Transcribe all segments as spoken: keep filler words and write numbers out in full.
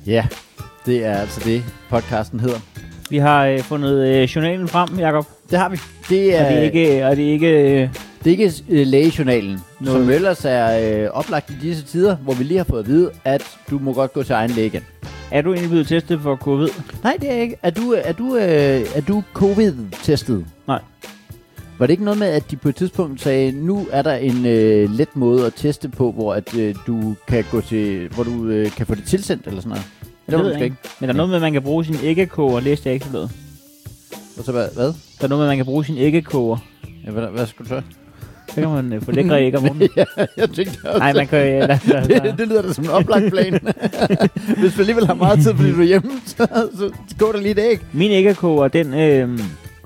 Ja, det er altså det, podcasten hedder. Vi har øh, fundet øh, journalen frem, Jakob. Det har vi. Det er, og det er ikke... Og det er ikke øh, det er ikke øh, lægejournalen, noget. som ellers er øh, oplagt i disse tider, hvor vi lige har fået at vide, at du må godt gå til egen læge igen. Er du egentlig blevet testet for covid? Nej, det er ikke. Er du, er du, øh, er du covid-testet? Nej. Var det ikke noget med, at de på et tidspunkt sagde, nu er der en øh, let måde at teste på, hvor at øh, du kan gå til, hvor du øh, kan få det tilsendt eller sådan noget? Det ved jeg ikke. Men der er noget med, at man kan bruge sin æggekoger. Læste jeg ikke noget. Og så hvad? hvad? Der er noget med, at man kan bruge sin æggekoger. Ja, hvad, hvad skulle du så? Så kan man øh, få lækre æg om morgenen. Ja, jeg tænkte også. Nej, man kan... Øh, der, der, det, det lyder da som en oplagt plan. Hvis du alligevel har meget tid, fordi du er hjemme, så, så gå der lige et æg. Min æggekoger, den, øh,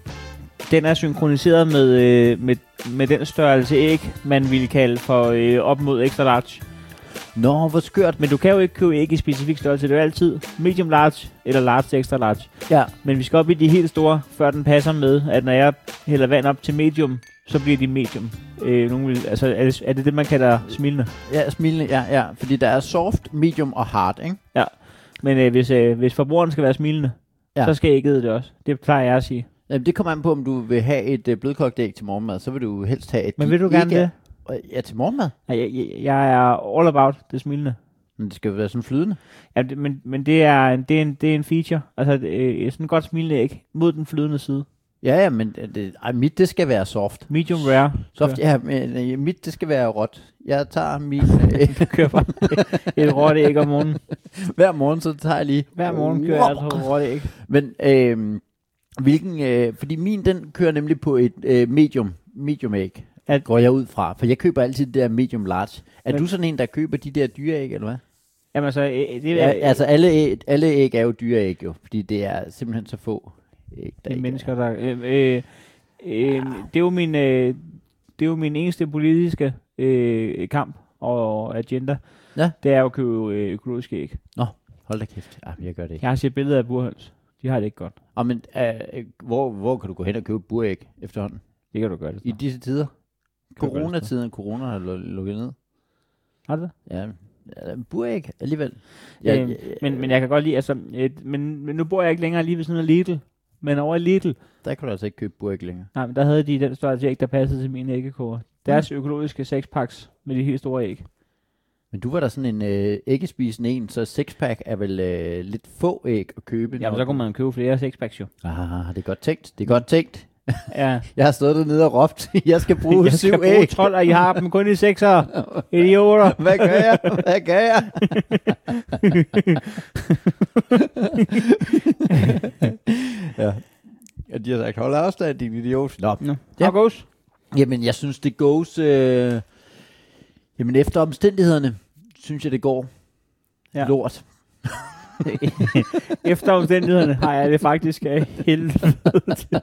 den er synkroniseret med, øh, med, med den størrelse æg, man ville kalde for øh, op mod extra large. Nå, hvor skørt. Men du kan jo ikke købe æg i specifik størrelse. Det er jo altid medium large eller large extra large. Ja. Men vi skal op i de helt store, før den passer med, at når jeg hælder vand op til medium, så bliver de medium. Øh, nogle vil, altså, er det, er det det, man kalder smilende? Ja, smilende, ja, ja. Fordi der er soft, medium og hard, ikke? Ja. Men øh, hvis, øh, hvis forbrugeren skal være smilende, ja. Så skal ægget det også. Det plejer jeg at sige. Jamen, det kommer an på, om du vil have et øh, blødkogt æg til morgenmad. Så vil du helst have et... Men vil du gerne det? Ja, til morgenmad. Ja, jeg, jeg, jeg er all about det smilende. Men det skal jo være sådan flydende. Ja, det, men, men det er, det, er en, det er en feature. Altså, øh, sådan en godt smilende æg mod den flydende side. Ja, ja, men det, ej, mit, det skal være soft. Medium rare. Soft, ja, men øh, mit, det skal være råt. Jeg tager min... Øh, kører bare et råt æg om morgenen. Hver morgen, så tager jeg lige... Hver morgen kører wow. jeg altså råt æg. Men, øh, hvilken... Øh, fordi min, den kører nemlig på et øh, medium, medium æg. At, går jeg ud fra. For jeg køber altid det der medium large. Er ja. Du sådan en, der køber de der dyreæg, eller hvad? Jamen så... Øh, det er, ja, altså, alle æg, alle æg er jo dyreæg, jo. Fordi det er simpelthen så få æg, der de mennesker, der... Øh, øh, øh, ja. Det er jo min... Øh, det er jo min eneste politiske øh, kamp og agenda. Ja. Det er jo at købe øh, økologiske æg. Nå, hold da kæft. Ja, jeg gør det ikke. Jeg har set billeder af burhøns. De har det ikke godt. Og men, øh, hvor, hvor kan du gå hen og købe buræg efterhånden? Det kan du gøre det. I disse tider? Coronatiden, corona har lukket ned. Har det? Ja, buræg alligevel. Ja, ja, ja, men, men jeg kan godt lide, altså, et, men, men nu bor jeg ikke længere lige ved sådan en Lidl, men over i Lidl. Der kan du altså ikke købe buræg længere. Nej, men der havde de den størrelse æg, der passede til mine æggekoger. Deres mm. økologiske sexpacks med de helt store æg. Men du var der sådan en øh, æggespisende en, så sexpack er vel øh, lidt få æg at købe. Ja, men så kunne man købe flere sexpacks jo. Ah, det er godt tænkt. Det er godt tænkt. Ja. Jeg har stået dernede og råbt, jeg skal bruge jeg syv skal æg. Bruge tolv, og I har dem kun i sekser. Idioter. Hvad gør jeg? Hvad gør jeg? Ja. Ja, de har sagt, hold afstand, din idiot. Nå. Nå. Ja. How goes? Jamen, jeg synes, det goes... Øh... Jamen, efter omstændighederne, synes jeg, det går ja. Lort. Efter omstændighederne har jeg det faktisk af helvede til.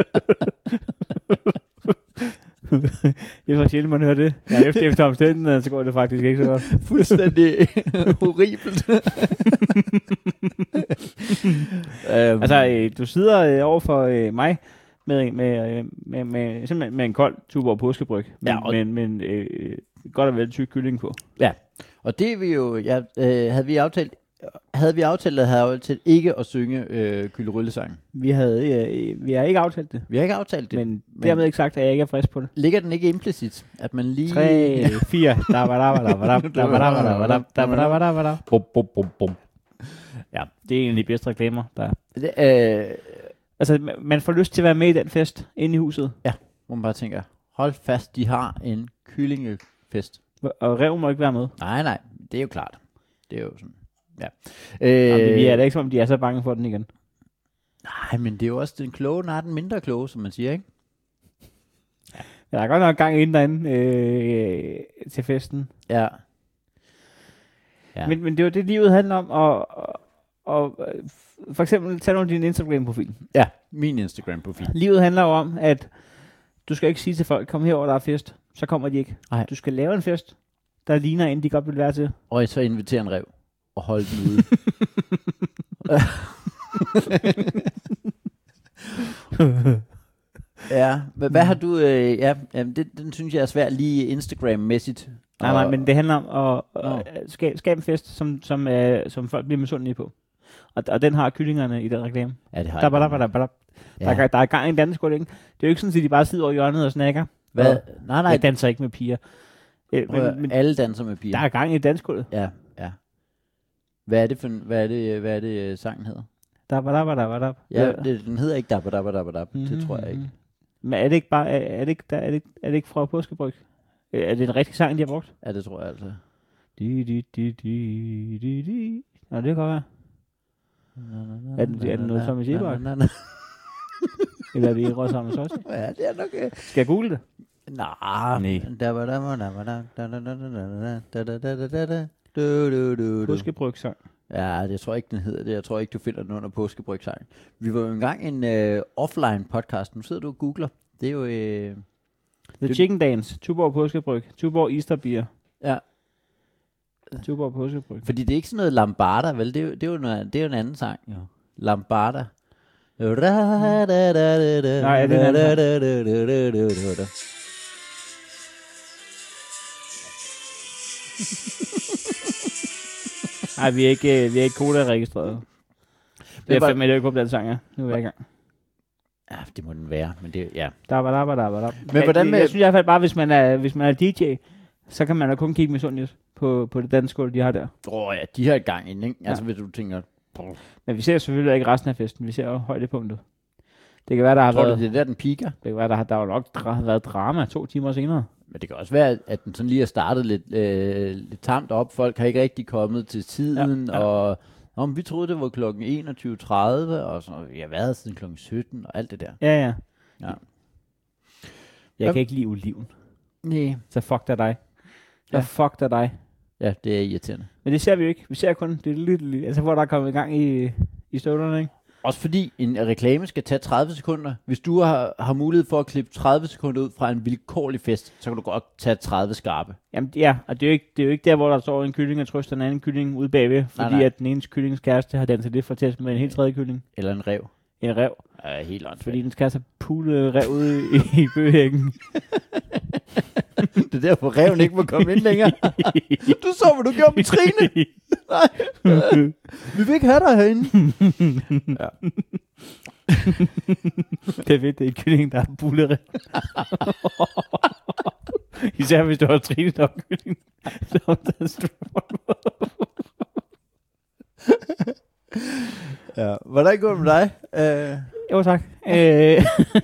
Det er for sjældent, man hører det. Ja, efter, efter omstændighederne, så går det faktisk ikke så godt. Fuldstændig horribelt. um. Altså, øh, du sidder øh, over for øh, mig med, med, med, med, med, med en kold Tuborg påskebryg, men, ja, men, men øh, godt og vel tyk kylling på. Ja, og det er vi jo, ja, øh, havde vi aftalt, havde vi aftalt, at havde aftalt ikke at synge øh, Kylderyllesangen. Vi havde, øh, vi har ikke aftalt det. Vi har ikke aftalt det. Men, men dermed ikke sagt, at jeg ikke er frisk på det. Ligger den ikke implicit, at man lige... tre, fire, da ba da ba da ba da ba da ba da ba da ba da ba da ba da bum bum bum bum. Ja, det er en af de bedste reklamer, der er. Det, øh, altså, man får lyst til at være med i den fest inde i huset. Ja, hvor man bare tænker, hold fast, de har en kyllingefest. Og Rev må ikke være med. Nej, nej, det er jo klart. Det er jo sådan, ja. Øh, Jamen, vi er da ikke som om, de er så bange for den igen. Nej, men det er jo også den kloge, når den mindre kloge, som man siger, ikke? Ja. Der er godt nok gang inden derinde øh, til festen. Ja. Ja. Men, men det er jo det, livet handler om, og, og, og for eksempel, tag nu din Instagram-profil. Ja, min Instagram-profil. Livet handler jo om, at du skal ikke sige til folk, kom herover, der er fest. Så kommer de ikke. Ej. Du skal lave en fest, der ligner en, de godt vil være til. Og så invitere en rev og holde den ude. Ja, hvad, hvad har du... Øh, ja, jamen det, den synes jeg er svært lige Instagram-mæssigt Nej, nej, men det handler om at, at skabe, skabe en fest, som, som, uh, som folk bliver misundelige på. Og, og den har kyllingerne i den reklame. Ja, det har der, der, der, der, der, ja. der, der er gang i en danseskole, ikke? Det er jo ikke sådan, at de bare sidder over hjørnet og snakker. Hvad? Nej, nej. Jeg danser ikke med piger. Øh, men, men, alle danser med piger. Der er gang i danseskole. Ja, ja. Hvad er det for, hvad er det, hvad er det sangen hedder? Dabba-dabba-dabba-dabba. Ja, det, den hedder ikke dabba-dabba-dabba-dabba. Mm-hmm. Det tror jeg ikke. Men er det ikke bare, er, er det ikke, der, er det ikke, er det ikke fra Påskebryg? Er det en rigtig sang, de har brugt? Ja, det tror jeg altså. Di, di, di, di, di, di. Nå, det kan godt være. Er den, er den noget som i Sjæbak? Eller er det i Rådsamme Sossi? Ja, det er nok... Uh... Skal jeg google det? Nej. Nej. Påskebryg-sang. Ja, det tror jeg ikke, den hedder det. Jeg tror ikke, du finder den under Påskebryg-sang. Vi var jo engang en uh, offline podcast. Nu sidder du og googler. Det er jo... Uh... The Chicken Dance. Tuborg Påskebryg. Tuborg Easterbier. Ja. Tuborg Påskebryg. Fordi det er ikke sådan noget Lambarda, vel? Det er jo, det er jo, noget, det er jo en anden sang, jo. Lambarda. Nej, det er en anden sang. Nej, vi er ikke, vi er ikke koda-registreret. Det er fandme ikke på den sang, ja. Nu er jeg i gang. Ja, det må den være, men det, ja. Der var der, var der, var der. Men hvordan med... Jeg synes i hvert fald bare, hvis man er, hvis man er D J, så kan man da kun kigge med sundt på, på det danske skole, de har der. Åh oh, ja, de har et gang ind, ikke? Altså, ja. hvis du tænker... Men vi ser selvfølgelig ikke resten af festen. Vi ser jo højdepunktet. Det kan være, der har Tror været... du, det er der, den piker? Det kan være, der har, der har nok dra- været drama to timer senere. Men det kan også være, at den sådan lige har startet lidt, øh, lidt tamt op. Folk har ikke rigtig kommet til tiden, ja, ja. og... Nå, vi troede, det var klokken enogtyve tredive, og så vi har været siden klokken sytten, og alt det der. Ja, ja. ja. Jeg ja. kan ikke lide oliven. Nej. Så fuck dig dig. Så ja. fuck dig dig. Ja, det er irriterende. Men det ser vi jo ikke. Vi ser kun det lille, altså hvor der er kommet i gang i, i støvlerne, ikke? Også fordi en reklame skal tage tredive sekunder. Hvis du har, har mulighed for at klippe tredive sekunder ud fra en vilkårlig fest, så kan du godt tage tredive skarpe. Jamen ja, og det er jo ikke, det er jo ikke der, hvor der står en kylling og trøster en anden kylling ude bagved, fordi nej, nej. at den ene kyllings kæreste har danset det for tæt med en helt tredje kylling. Eller en rev. En rev. Ja, helt åndssvagt. Fordi den skal så pule rev ude i, i bøgehækken. Det er derfor, reven ikke må komme ind længere. Du så, hvad du gjorde med Trine. Nej. Vi vil ikke have dig herinde. Ja. Det er fedt, det er et kylling, der har bulerev. Især hvis du har Trine, der har kylling. Så har der ja. Hvordan går det med dig? Uh... Jo, tak. Øh...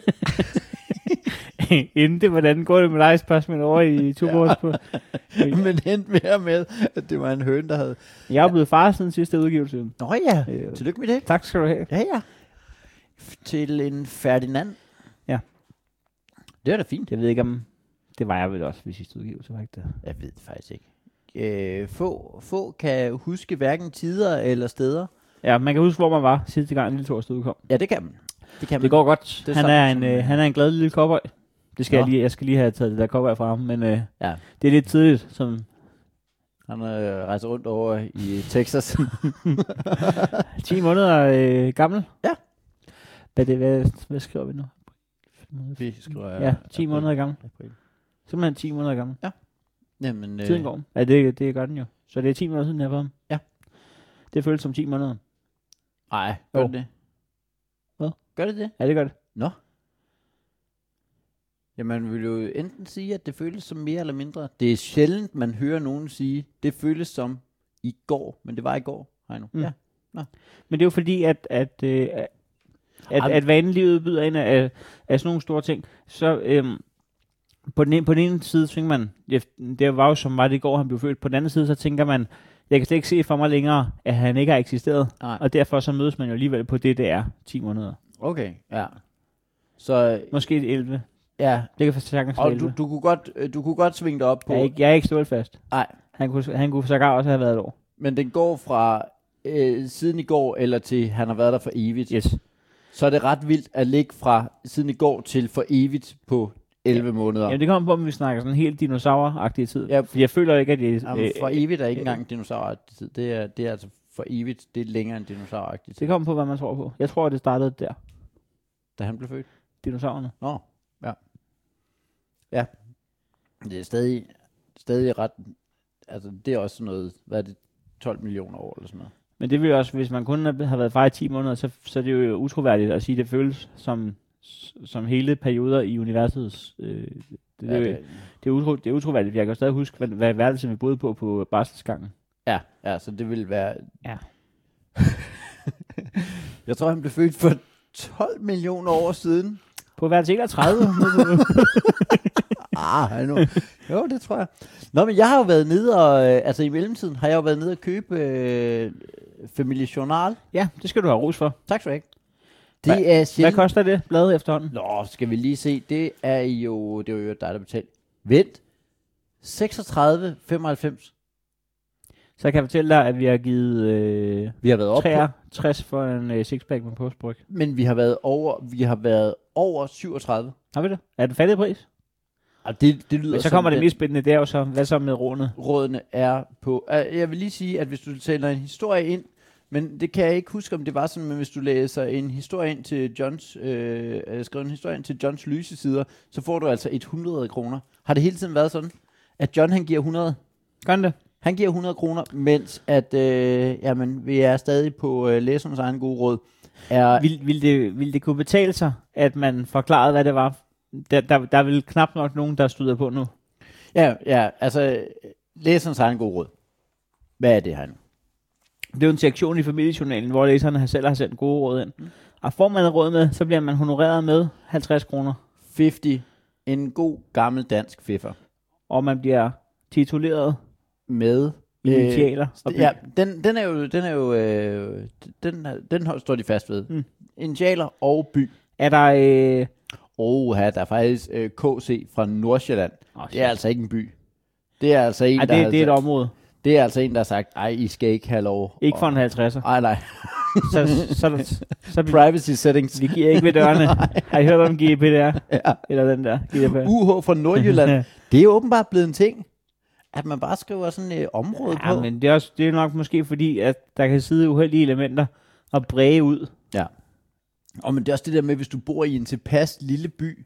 Inden det, hvordan går det med dig, spørgsmål over i Tuborg? Ja. På. Men det endte mere med, at det var en høne, der havde... Jeg er blevet far siden sidste udgivelse. Nå ja, øh, tillykke med det. Tak skal du have. Ja, ja. Til en Ferdinand. Ja. Det var da fint. Jeg ved ikke, om det var jeg vel også ved sidste udgivelse, var ikke det? Jeg ved det faktisk ikke. Øh, få, få kan huske hverken tider eller steder. Ja, man kan huske, hvor man var sidste gang, Lille Torsdag udkom. Ja, det kan man. Det, kan man. Det går godt. Det han, er en, øh, han er en glad lille cowboy. Det skal Nå. jeg lige, jeg skal lige have taget det der cowboy fra ham, men øh, ja. det er lidt tidligt. Som han øh, rejser rundt over i Texas. ti måneder øh, gammel. Ja. Hvad, det, hvad, hvad skriver vi nu? Vi skriver... Ja, ti måneder gammel. April. Simpelthen ti måneder gammel. Ja. Jamen, øh... Tiden går. Ja, det, det gør den jo. Så det er ti måneder siden, jeg har fået ham. Ja. Det føles som ti måneder. Nej, gør oh. det det? Hvad? Gør det det? Ja, det gør det. Nå. Ja, man vil jo enten sige, at det føles som mere eller mindre. Det er sjældent, man hører nogen sige, det føles som i går, men det var i går. Heino. Mm. Ja. Nå. Men det er jo fordi, at, at, øh, at, at vanelivet byder ind af, af sådan nogle store ting. Så øhm, på, den ene, på den ene side tænker man, det, det var jo som var det i går, han blev født. På den anden side, så tænker man, jeg kan slet ikke se for mig længere, at han ikke har eksisteret. Nej. Og derfor så mødes man jo alligevel på det, det er ti måneder. Okay, ja. Så måske elleve. Ja. Det kan sagtens og du, du, kunne godt, du kunne godt svinge dig op på... Jeg er ikke, jeg er ikke stået fast. Nej. Han kunne, han kunne sågar også have været et år. Men den går fra øh, siden i går, eller til han har været der for evigt. Yes. Så er det ret vildt at ligge fra siden i går til for evigt på elleve ja. måneder. Jamen det kommer på, om vi snakker sådan helt dinosauragtig tid. Ja. Fordi jeg føler ikke, at det er... Jamen, for evigt er ikke øh, engang dinosauragtig tid. Det er, det er altså for evigt, det er længere end dinosauragtig tid. Det kommer på, hvad man tror på. Jeg tror, at det startede der. Da han blev født? Dinosaurerne. Nå, ja. Ja. Det er stadig... stadig ret, altså det er også sådan noget, hvad er det, tolv millioner år eller sådan noget. Men det vil jo også, hvis man kun har været far i ti måneder, så, så er det jo utroværdigt at sige, at det føles som, som hele perioder i universets... Øh, det, ja, det, det, det, er utro, det er utroværdigt. Jeg kan jo stadig huske, hvad, hvad værelse vi boede på på barselsgangen. Ja, ja, så det vil være... Ja. Jeg tror, han blev født for tolv millioner år siden. På værelse enogtredive. ah, hej nu. Jo, det tror jeg. Nå, men jeg har jo været nede og... Øh, altså i mellemtiden har jeg jo været nede og købe øh, Familie Journal. Ja, det skal du have ros for. Tak skal du have. Det Hva, er sjældent... Hvad koster det, bladet efterhånden? Nå, skal vi lige se. Det er jo... Det er jo dig, der betaler. Vent. seksogtredive femoghalvfems. Så jeg kan fortælle dig, at vi har givet øh, vi har været op treogtres for en øh, sixpack med postbryg. Men vi har været over, vi har været over syvogtredive. Har vi det? Er det faldet pris? Ja, det, det lyder. Men så kommer det mest spændende, det er jo så, hvad så med rådene? Rådene er på, uh, jeg vil lige sige, at hvis du taler en historie ind, men det kan jeg ikke huske, om det var sådan, men hvis du læser en historie ind til Johns, øh, skriver en historie ind til Johns lysesider, så får du altså hundrede kroner. Har det hele tiden været sådan, at John han giver hundrede? Gør det? Han giver hundrede kroner, mens at, øh, jamen, vi er stadig på øh, læsernes egen gode råd. Er vil, vil, det, vil det kunne betale sig, at man forklarede, hvad det var? Der, der, der er vel knap nok nogen, der støder på nu. Ja, ja, altså læsernes egen gode råd. Hvad er det her nu? Det er jo en sektion i familiejournalen, hvor læserne selv har sendt gode råd ind. Mm. Og får man et råd med, så bliver man honoreret med halvtreds kroner. halvtreds. En god gammel dansk fiffer. Og man bliver tituleret med initialer. Øh, ja, den, den er jo, den er jo, øh, den, den står de fast ved. Mm. Initialer og by. Er der... Øh... Oh, der er faktisk øh, K C fra Nordsjælland. Oh, det er altså ikke en by. Det er altså en, ej, der det, har det er et område. Det er altså en, der har sagt, ej, I skal ikke have lov. Ikke for en halvtredser. Ej, nej. så, så, så, så privacy settings. Vi giver ikke ved dørene. Har I hørt om G D P R? Ja. Eller den der G D P R? U H fra Nordjylland. Det er jo åbenbart blevet en ting, at man bare skriver sådan et område ja, på. Men det er, også, det er nok måske fordi, at der kan sidde uheldige elementer og bræge ud. Ja. Og men det er også det der med, hvis du bor i en tilpas lille by.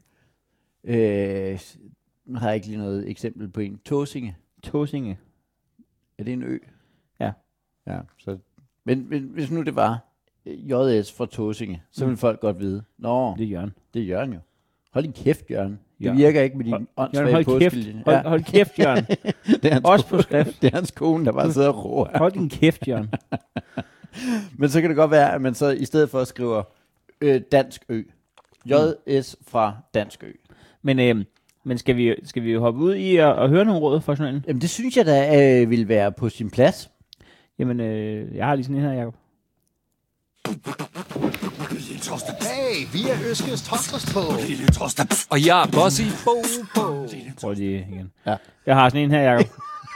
Øh, nu har jeg ikke lige noget eksempel på en. Tåsinge. Tåsinge. Er det en ø? Ja. Ja. Så, men, men hvis nu det var J S fra Tåsinge, så ville mm. folk godt vide. Nå, det er Jørgen. Det er Jørgen jo. Hold din kæft, Jørgen. Det virker ikke med din åndssvage påskelinje. Hold, hold kæft, Jørgen. Det er hans også på skrift. Det er hans kone, der bare sidder og råber. Hold din kæft, Jørgen. Men så kan det godt være, at man så i stedet for skriver øh, Dansk Ø. J S fra Dansk Ø. Men, øh, men skal vi skal vi hoppe ud i at, at høre nogle råd fra journalen? Jamen det synes jeg da øh, vil være på sin plads. Jamen, øh, jeg har lige sådan en her, Jacob. Hey, vi er Øskes Torsdags på. Lille torsdag. Og jeg er Bossy Bo på. Prøv lige igen. Ja. Jeg har sådan en her, Jacob.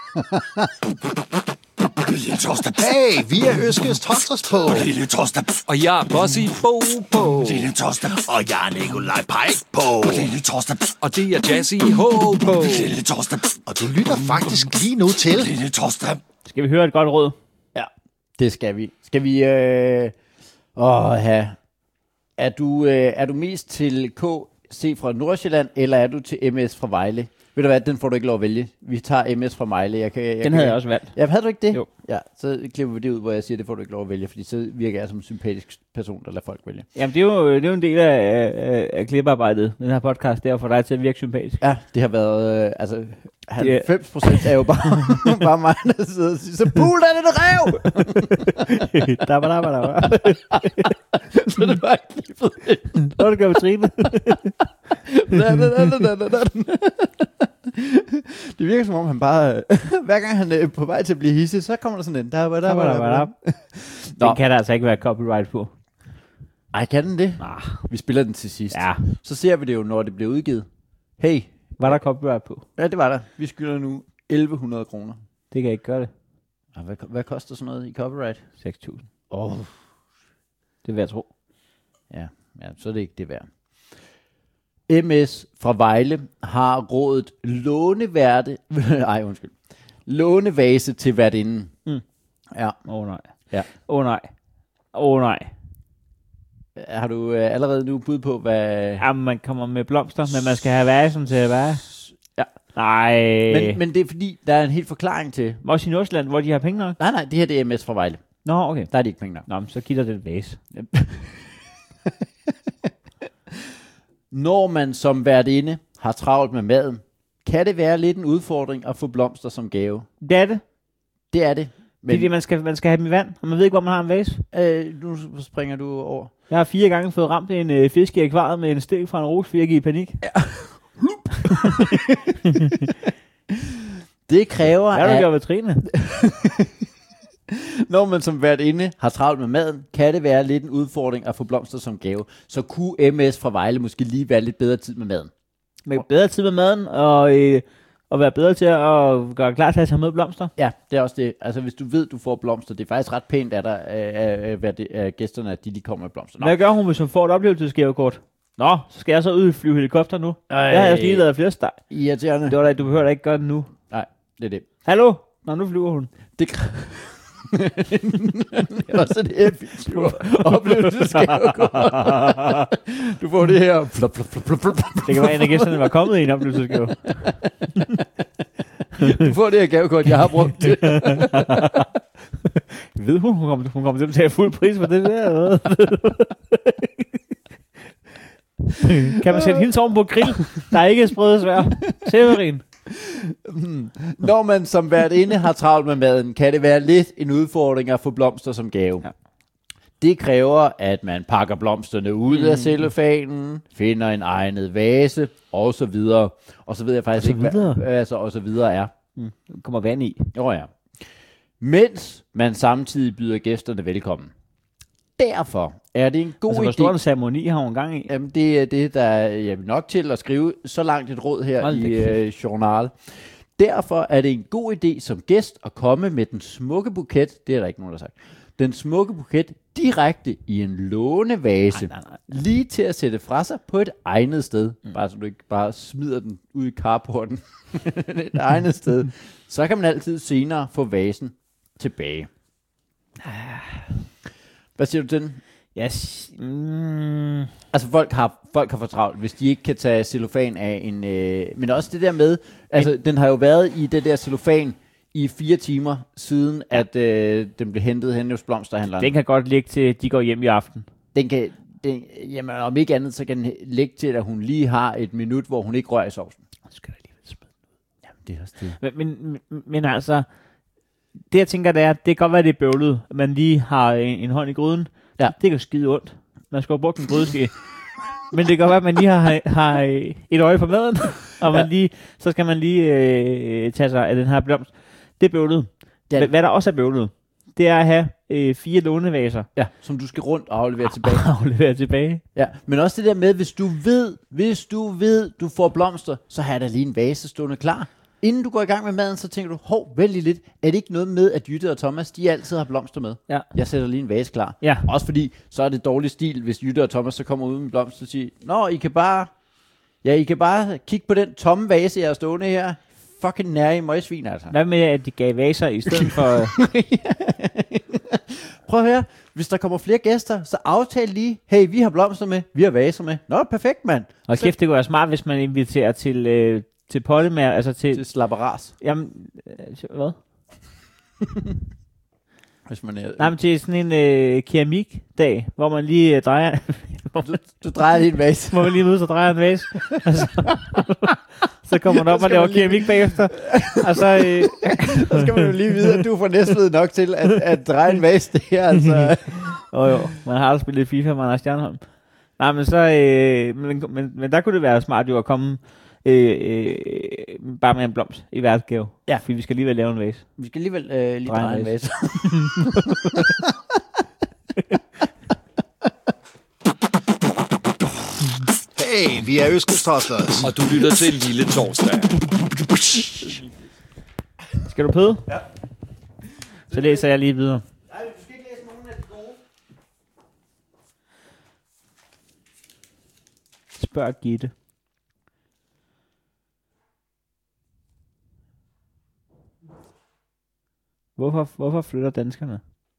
Lille torsdag. Hey, vi er Øskes Torsdags på. Lille torsdag. Og jeg er Bossy Bo på. Lille torsdag. Og jeg er Nikolaj Pike på. Lille torsdag. Og det er Jazzy H på. Lille torsdag. Og du lytter faktisk lige nu til Lille torsdag. Skal vi høre et godt råd? Ja, det skal vi. Skal vi... Øh... Åh, ja. Er du, øh, er du mest til K C fra Nordsjælland, eller er du til M S fra Vejle? Ved du hvad, den får du ikke lov at vælge. Vi tager M S fra Vejle. Jeg kan, jeg den kan, havde jeg også valgt. Ja, havde du ikke det? Jo. Ja, så klipper vi det ud, hvor jeg siger, det får du ikke lov at vælge, fordi så virker jeg som en sympatisk person, der lader folk vælge. Jamen, det er jo, det er jo en del af, af, af kliparbejdet, den her podcast, det er for dig til at virke sympatisk. Ja, det har været, øh, altså, halvfems procent er jo bare, bare mig, der sidder og siger, så pul, der er det rev! Der var der, var der. Så det var klippet. Så det gør vi trine. Det virker som om han bare hver gang han er på vej til at blive hissig, så kommer der sådan en der var der var der. Det kan der altså ikke være copyright på. Ej, kan den det? Nah. Vi spiller den til sidst. Ja. Så ser vi det jo, når det bliver udgivet. Hey, var der copyright på? Ja, det var der. Vi skylder nu elleve hundrede kroner. Det kan jeg ikke gøre det. Og hvad, hvad koster sådan noget i copyright? seks tusind. Åh. Oh. Det vil jeg tro. Ja, ja, så er det ikke det værd. M S fra Vejle har rådet låneværte, ej undskyld, lånevase til værtinden. Mm. Ja. Åh oh, nej. Ja. Åh oh, nej. Åh oh, nej. Har du øh, allerede nu bud på, hvad... Jamen, man kommer med blomster, men man skal have vasen til at være. Ja. Nej. Men, men det er fordi, der er en helt forklaring til. Også i Nordsjælland, hvor de har penge nok? Nej, nej, det her det er M S fra Vejle. Nå, okay. Der er de ikke penge nok. Nå, men så giver det et vase. Når man som værtinde har travlt med maden, kan det være lidt en udfordring at få blomster som gave. Det er det. Det er det. Men det er det, man skal, man skal have dem i vand, og man ved ikke, hvor man har en vase. Øh, nu springer du over. Jeg har fire gange fået ramt en øh, fisk i akvariet med en stik fra en rus, fordi jeg gik i panik. Ja. Det kræver, Hvad har du gjort ved Trine? Når man som værtinde har travlt med maden, kan det være lidt en udfordring at få blomster som gave. Så kunne M S fra Vejle måske lige være lidt bedre tid med maden. Med bedre tid med maden, og, øh, og være bedre til at gøre klar til at tage med blomster? Ja, det er også det. Altså hvis du ved, du får blomster, det er faktisk ret pænt af, dig, af, af, af gæsterne, at de lige kommer med blomster. Nå. Hvad gør hun, hvis hun får et oplevelsesgavekort? Nå, så skal jeg så ud i flyve helikopter nu. Ej. Jeg har også lige lavet flere steg. Irriterende. Det var da, du behøver da ikke gøre det nu. Nej, det er det. Hallo? Nå, nu flyver hun. Det er også et effektivt oplevelsesgavekort. Du får det her. Flop, flop, flop, flop, flop. Det kan være, en af gæsterne var kommet i en oplevelsesgave. Du får det her gavekort, jeg har brugt det. Ved hun, hun kommer, hun kommer til at betale fuld pris for det der? Kan man sætte hendes oven på grill? Der er ikke sprøde svær. Severin. Når man som værtinde har travlt med maden, kan det være lidt en udfordring at få blomster som gave. Ja. Det kræver, at man pakker blomsterne ud mm. af cellofanen, finder en egnet vase, og så videre. Og så ved jeg faktisk ikke, hvad altså, og så videre er. Mm. Kommer vand i. Jo ja. Mens man samtidig byder gæsterne velkommen. Derfor er det en god altså, idé. Hvor stor en ceremoni har hun gang i? Jamen, det er det, der er nok til at skrive så langt et råd her Hold i øh, journal. Derfor er det en god idé som gæst at komme med den smukke buket, det er der ikke nogen, der har sagt, den smukke buket direkte i en lånevase, nej, nej, nej. Lige til at sætte fra sig på et egnet sted. Mm. Bare så du ikke bare smider den ud i carporten. Et egnet sted. Så kan man altid senere få vasen tilbage. Hvad siger du til den? Yes. Mm. Altså folk har folk har for travlt, hvis de ikke kan tage cellofan af en... Øh, men også det der med... Altså den har jo været i det der cellofan i fire timer siden, at øh, den blev hentet hen hos blomsterhandleren. Den kan godt ligge til, de går hjem i aften. Den kan... Den, jamen om ikke andet, så kan den ligge til, at hun lige har et minut, hvor hun ikke rører i sovsen. Så skal der alligevel smide den ud. Jamen det er også det. Men, men, men, men altså... Det jeg tænker, det er, det kan godt være, det er bøvlet, at man lige har en, en hånd i gryden. Ja. Det kan skide ondt. Man skal have brugt en grydeske. Men det kan godt være, at man lige har, har et øje på maden, og man ja. lige, så skal man lige øh, tage sig af den her blomst. Det er bøvlet. Ja. Hvad der også er bøvlet, det er at have øh, fire lånevaser. Ja, som du skal rundt og aflevere tilbage. aflevere tilbage. Ja, men også det der med, hvis du ved, hvis du ved, du får blomster, så har der lige en vase stående klar. Inden du går i gang med maden, så tænker du, hov, vælg lige lidt. Er det ikke noget med, at Jytte og Thomas, de altid har blomster med? Ja. Jeg sætter lige en vase klar. Ja. Også fordi, så er det dårlig stil, hvis Jytte og Thomas så kommer ud med blomster og siger, nå, I kan bare, ja, I kan bare kigge på den tomme vase, jeg er stående her. Fucking nær i møgsvin, altså. Hvad med, at de gav vaser i stedet for... Prøv at høre, hvis der kommer flere gæster, så aftal lige, hey, vi har blomster med, vi har vaser med. Nå, perfekt, mand. Og kæft, det kunne være smart, hvis man inviterer til... Øh Til polymer, altså til... Til slapperas. Jamen, øh, hvad? Hvis man er... Nej, men til sådan en øh, keramikdag, hvor man lige øh, drejer... du, du drejer lige en vase. Hvor man lige mødes og drejer en vase. Altså, så kommer man op og laver keramik lige... bagefter. Og så... Øh, så skal man jo lige vide, at du får næstved nok til at, at dreje en vase. Det her, altså... Åh jo, man har aldrig spillet FIFA, man har Stjernholm. Nej, men så... Øh, men, men, men der kunne det være smart jo at komme... Øh, øh, bare med en blomst i værtsgave. Ja. Fordi vi skal alligevel lave en vase. Vi skal alligevel øh, lige dreje en vase. Hey, vi er Øskes Toslers. Og du lytter til Lille Torsdag. Skal du pøde? Ja. Så læser jeg lige videre. Nej, du skal ikke læse nogen af de gode. Spørg Gitte. Hvorfor, hvorfor flytter danskerne?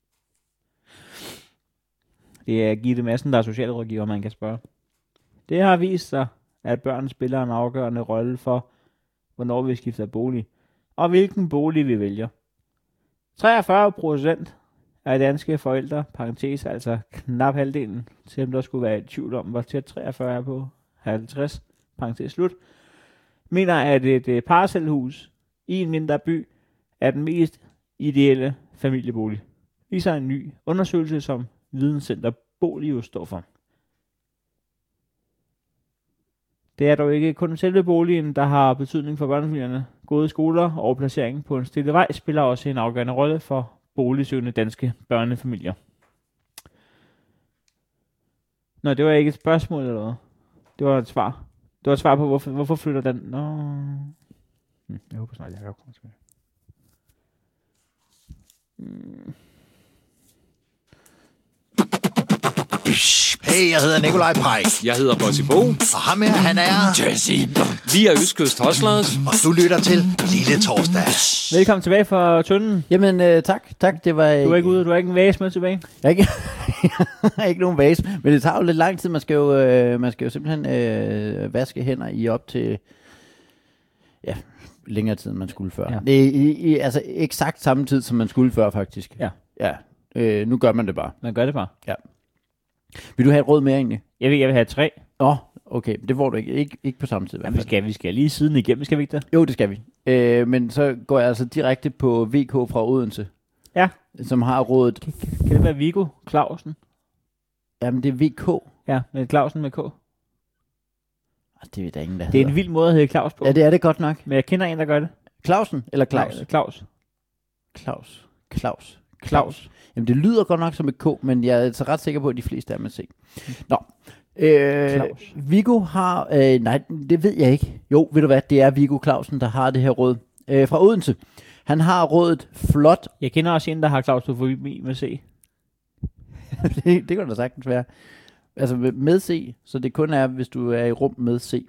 Det er Gitte Madsen, der er socialrådgiver, man kan spørge. Det har vist sig, at børn spiller en afgørende rolle for, hvornår vi skifter bolig, og hvilken bolig vi vælger. treogfyrre procent af danske forældre, parentes, altså knap halvdelen, selvom der skulle være i tvivl om, hvor tæt treogfyrre er på halvtreds, parentes slut, mener, at et, et parcelhus i en mindre by er den mest ideelle familiebolig. Viser en ny undersøgelse, som Videnscenter Bolio står for. Det er dog ikke kun selve boligen, der har betydning for børnefamilierne. Gode skoler og placering på en stille vej spiller også en afgørende rolle for boligsøgende danske børnefamilier. Nå, det var ikke et spørgsmål eller hvad? Det var et svar. Det var et svar på, hvorfor, hvorfor flytter den... Nå... Hm, jeg håber snart, jeg kan komme tilbage. Hmm. Hey, jeg hedder Nikolaj Pajk. Jeg hedder Bossy Bo. Og ham her, han er... Jesse. Vi er Østkyst Hustlers. Og du lytter til Lille Torsdag. Velkommen tilbage fra Tønden. Jamen, øh, tak. tak. Det var, du er ikke ude, du har ikke en vase med tilbage? Jeg har ikke, jeg har ikke nogen vase, men det tager jo lidt lang tid. Man skal jo, øh, man skal jo simpelthen øh, vaske hænder i op til... Ja, længere tid, end man skulle før. Ja. Det er i, i, altså eksakt samme tid, som man skulle før, faktisk. Ja. Ja. Øh, nu gør man det bare. Man gør det bare. Ja. Vil du have et råd mere egentlig? Jeg vil, jeg vil have tre. Åh, oh, okay. Det får du ikke. Ikke, ikke på samme tid. Jamen, vi, skal, vi skal lige siden igennem, skal vi ikke det? Jo, det skal vi. Øh, men så går jeg altså direkte på V K fra Odense. Ja. Som har rådet... Kan, kan det være Viggo Clausen? Jamen, det er V K. Ja, med Clausen med K. Det er der ingen, der Det er en vild måde at hedde Claus på. Ja, det er det godt nok. Men jeg kender en, der gør det. Clausen eller Claus? Nej, Claus. Claus. Claus. Claus. Jamen, det lyder godt nok som et K, men jeg er så ret sikker på, at de fleste er med C. Nå. Øh, Viggo har... Øh, nej, det ved jeg ikke. Jo, ved du hvad? Det er Viggo Clausen, der har det her råd. Øh, fra Odense. Han har rådet flot... Jeg kender også en, der har klaustrofobi med C. det, det kan da sagtens være. Altså med C, så det kun er, hvis du er i rum med C.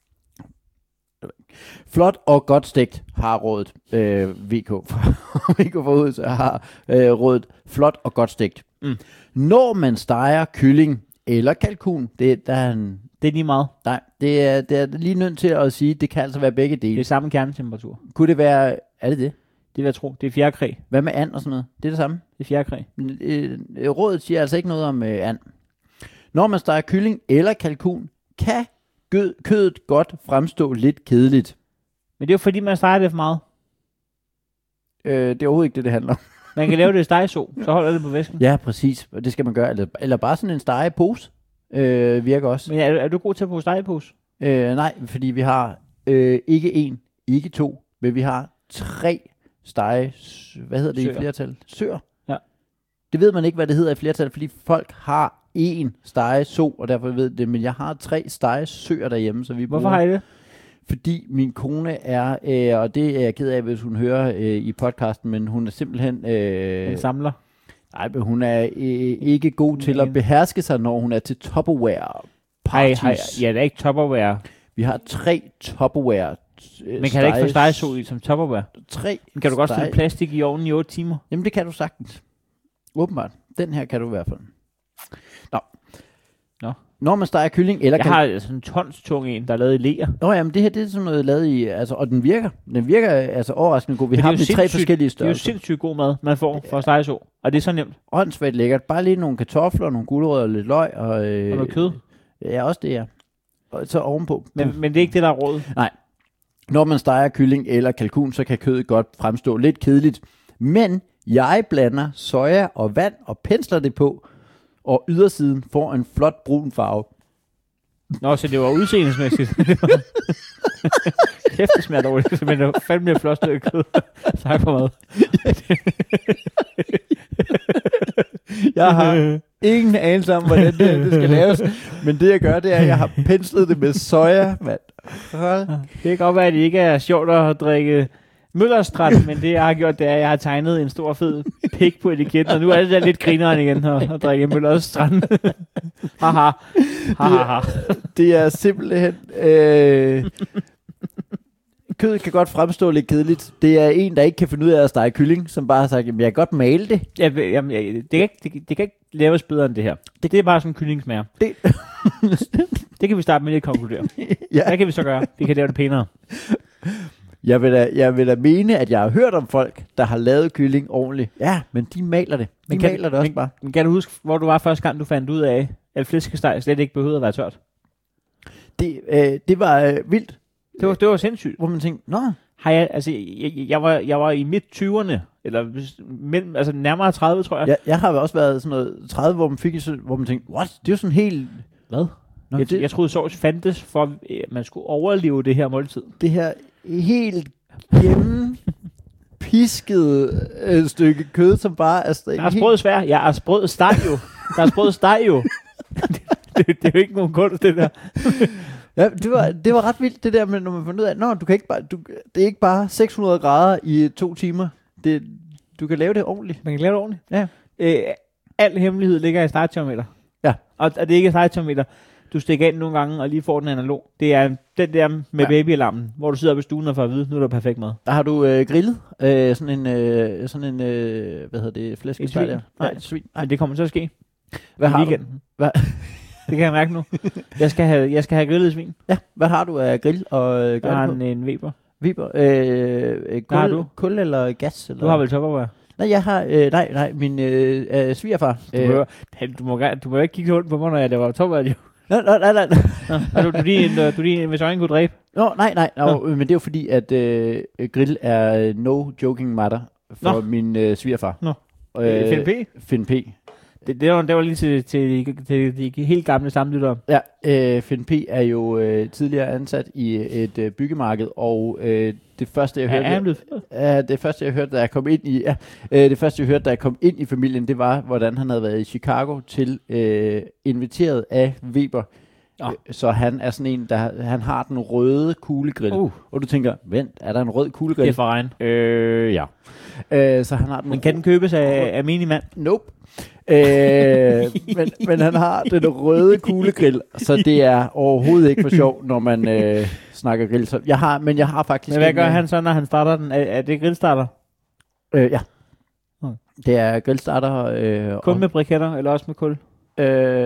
Flot og godt stegt har rådet øh, V K fra V K fra Odense har øh, rådet flot og godt stegt. Mm. Når man steger kylling eller kalkun, det, der er en, det er lige meget. Nej, det er, det er lige nødt til at sige, det kan altså være begge dele. Det er samme kernetemperatur. Kunne det være, er det det? Det vil jeg tro. Det er fjerkræ. Hvad med and og sådan noget? Det er det samme? Det er fjerkræ. Øh, rådet siger altså ikke noget om øh, and. Når man steger kylling eller kalkun, kan gød, kødet godt fremstå lidt kedeligt. Men det er jo fordi, man steger det for meget. Øh, det er overhovedet ikke det, det handler om. Man kan lave det i stegeså, så holder det på væsken. Ja, præcis. Og det skal man gøre. Eller, eller bare sådan en stegepose øh, virker også. Men er, er du god til at bruge stegepose? Øh, nej, fordi vi har øh, ikke en, ikke to, men vi har tre stege... Hvad hedder det Søer. I flertal? Søer. Ja. Det ved man ikke, hvad det hedder i flertal, fordi folk har en stegeså, og derfor ved det, men jeg har tre stegesøer derhjemme, så vi Hvorfor bruger, har I det? Fordi min kone er, øh, og det er jeg ked af, hvis hun hører øh, i podcasten, men hun er simpelthen... Øh, en samler? Nej, men hun er øh, ikke god til at beherske sig, når hun er til Tupperware parties. Hej, hej. Ja, det er ikke Tupperware. Vi har tre Tupperware øh, Men kan du ikke få stegeså i som Tupperware? Tre Men kan du godt stille plastik i ovnen i otte timer? Jamen, det kan du sagtens. Åbenbart. Den her kan du i hvert fald. Nå. Nå. Når man steger kylling eller... Jeg kan... har sådan en tons tung en, der er lavet i ler. Nå jamen, det her det er sådan noget lavet i... Altså, og den virker. Den virker altså overraskende god. Vi har dem i tre forskellige størrelser. Det er jo sindssygt god mad, man får fra stegeså. Og det er så nemt. Åndssvagt lækkert. Bare lige nogle kartofler, nogle gulerødder og lidt løg. Og, øh, og noget kød. Ja, også det, ja. Og så ovenpå. Men, men det er ikke det, der er råd. Nej. Når man steger kylling eller kalkun, så kan kødet godt fremstå lidt kedeligt. Men jeg blander soja og vand og pensler det på, og ydersiden får en flot brun farve. Nå, så det var udseendesmæssigt. Kæft, det smager dårligt, men det var fandme et flot stykke kød. Tak for mad. Jeg har ingen anelse om, hvordan det, det skal laves, men det jeg gør, det er, at jeg har penslet det med soja, mand. Det kan godt være, at det ikke er sjovt at drikke Møllerstrand, men det jeg har gjort, det er, at jeg har tegnet en stor fed pik på etiketten, og nu er det der lidt grineren igen at, at drikke Møllerstrand. Haha. Haha. Det er simpelthen... Øh, kødet kan godt fremstå lidt kedeligt. Det er en, der ikke kan finde ud af at stege kylling, som bare har sagt, at jeg kan godt male det. Ja, jamen, det, kan ikke, det, det kan ikke laves bedre end det her. Det, det er bare sådan kylling smager. Det. Det kan vi starte med at konkludere. Ja. Hvad kan vi så gøre? Vi kan lave det pænere. Jeg vil, da, jeg vil da mene, at jeg har hørt om folk, der har lavet kylling ordentligt. Ja, men de maler det. De men kan, maler det også men, bare. Men kan du huske, hvor du var første gang, du fandt ud af, at flæskesteg slet ikke behøvede at være tørt? Det, øh, det var øh, vildt. Det var, det var sindssygt. Hvor man tænkte, nå. Har jeg, altså, jeg, jeg, var, jeg var i midt tyverne, eller mellem, altså nærmere tredive, tror jeg. Jeg, jeg har også været sådan noget tredive, hvor man fik, hvor man tænkte, what? Det er jo sådan helt... Hvad? Nå, jeg, det, jeg troede, sovs fandtes, for at man skulle overleve det her måltid. Det her helt gennempiskede øh, stykke kød, som bare er... Der er sprød svær. Jeg er sprød steg jo. Der er sprød steg jo. det, det, det er jo ikke nogen kunst, det der. Ja, det var, det var ret vildt, det der med, når man fandt ud af, nå, du kan ikke bare, du, det er ikke bare seks hundrede grader i to timer. Det, du kan lave det ordentligt. Man kan lave det ordentligt. Ja. Øh, al hemmelighed ligger i starttermometer. Ja. Og, og det er ikke et starttermometer. Du stikker ind nogle gange og lige får den analog. Det er den der med ja. babyalarmen, hvor du sidder ved stuen og får at vide, nu er der perfekt mad. Der har du øh, grillet øh, sådan en, øh, sådan en øh, hvad hedder det, flæskesteg der? Nej, et svin. Nej, det kommer til at ske. Hvad I har weekenden. du? Hvad? Det kan jeg mærke nu. Jeg skal have, jeg skal have grillet svin. Ja, hvad har du af grill og øh, Jeg har en, en Weber. Weber. Øh, kul, har du? Kul eller gas? Eller? Du har vel Tupperware? Nej, jeg har, øh, nej, nej, min øh, øh, svigerfar. Du, øh, må, du, må, du må ikke kigge rundt på mig, når jeg laver Tupperware, jo. Nej, nej, nej, nej. Nå, du, du lige, du lige, hvis øjnen kunne dræbe. Nå, nej, nej, no, men det er jo fordi, at øh, grill er no joking matter for Nå. min øh, svigerfar. Nå, øh, Finn P? Finn P. Det, det, var, det var lige til, til, til de helt gamle samlyttere. Ja, øh, Finn P er jo øh, tidligere ansat i et øh, byggemarked, og øh, det første jeg hørte, ja, er ja, det første jeg hørte, da jeg kom ind i, ja, øh, det første jeg hørte, da jeg kom ind i familien, det var, hvordan han havde været i Chicago til øh, inviteret af Weber. Oh. Øh, så han er sådan en, der han har den røde kuglegrill. Uh. Og du tænker, vent, er der en rød kuglegrill? Det er for regn. Øh, ja. Øh, så han har den. Men kan den købes af, af minimand? Nope. øh, men, men han har den røde kuglegrill, så det er overhovedet ikke for sjov, når man øh, snakker grill. Så jeg har, men jeg har faktisk... Men hvad gør en, han så, når han starter den? Er, er det grillstarter? Øh, ja. Okay. Det er grillstarter. Øh, kun og, med briketter, eller også med kul? Øh,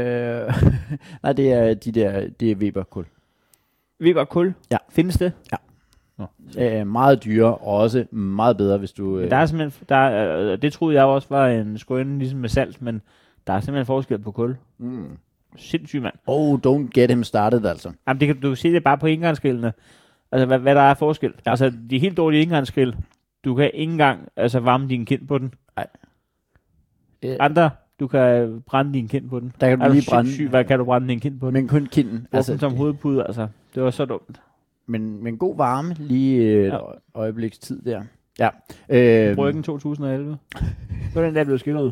nej, det er de der, det er Weber kul. Weber kul? Ja. Findes det? Ja. Øh, meget dyre, og også meget bedre, hvis du... Øh... Der er simpelthen, der er, øh, det troede jeg også var en skåne ligesom med salt, men der er simpelthen forskel på kul. Mm. Sindssygt, mand. Oh, don't get him started, altså. Jamen, det kan du se det bare på engangsgrillene. Altså, hvad, hvad der er forskel. Ja. Altså, de helt dårlige engangsgrill, du kan ikke engang altså, varme din kind på den. Nej. Øh. Andre, du kan brænde din kind på den. Der kan du er lige du brænde. Syg, hvad kan du brænde din kind på den? Men kun kinden. Altså, som hovedpude, altså. Det var så dumt. Men, men god varme lige et ja. øjebliks tid der. Ja. Øh, Bryggen to tusind og elleve. Det var den der blev skilt ud.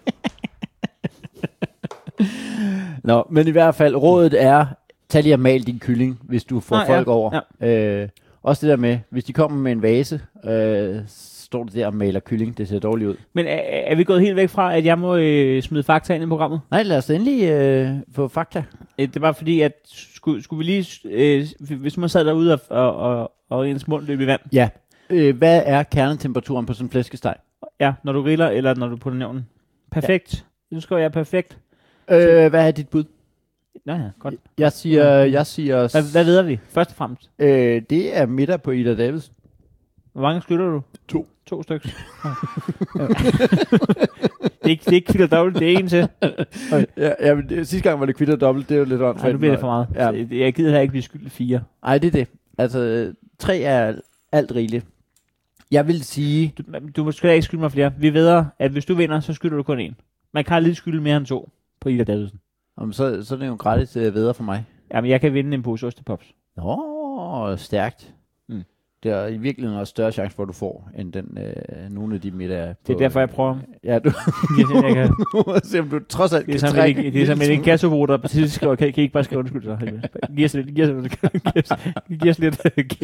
Nå, men i hvert fald, rådet er, tag lige og mal din kylling, hvis du får ah, folk ja. over. Ja. Øh, også det der med, hvis de kommer med en vase, øh, står det der og maler kylling, det ser dårligt ud. Men er, er vi gået helt væk fra, at jeg må øh, smide fakta ind i programmet? Nej, lad os endelig øh, få fakta. Det var fordi, at skulle, skulle vi lige, øh, hvis man sad derude og, og, og, og ens mund løb i vand. Ja. Øh, hvad er kernetemperaturen på sådan en flæskesteg? Ja, når du griller, eller når du putter den i ovnen. Perfekt. Ja. Nu skal jeg perfekt. Øh, hvad er dit bud? Nå ja, godt. Jeg siger... Jeg siger hvad, hvad ved vi, først og fremmest? Øh, det er middag på Ida Davidsen. Hvor mange skylder du? To. To stykker. det, er ikke, det er ikke kvitter dobbelt, det er en til. Okay. Ja, ja, men det, sidste gang var det kvitter dobbelt, det er jo lidt åndssvagt. Nej, nu bliver det for meget. Ja. Jeg gider her ikke blive skyldt fire. Nej, det er det. Altså, tre er alt rigeligt. Jeg vil sige... Du, du skal ikke skylde mig flere. Vi ved, at hvis du vinder, så skylder du kun en. Man kan aldrig skylde mere end to på Ida Davidsen. Jamen, så, så er det jo gratis uh, vedder for mig. Jamen, jeg kan vinde en pose ostepops. Nå, stærkt. Mm. Det er i virkeligheden også større chance for, at du får, end den, øh, nogle af de middag på... Det er derfor, jeg prøver. Ja, du... jeg, jeg kan... se, om du trods alt det er kan trække... Det er som en kassobo, der præcis skriver, kan, kan I ikke bare skrive undskyld så? Giv os lidt... Giv os lidt...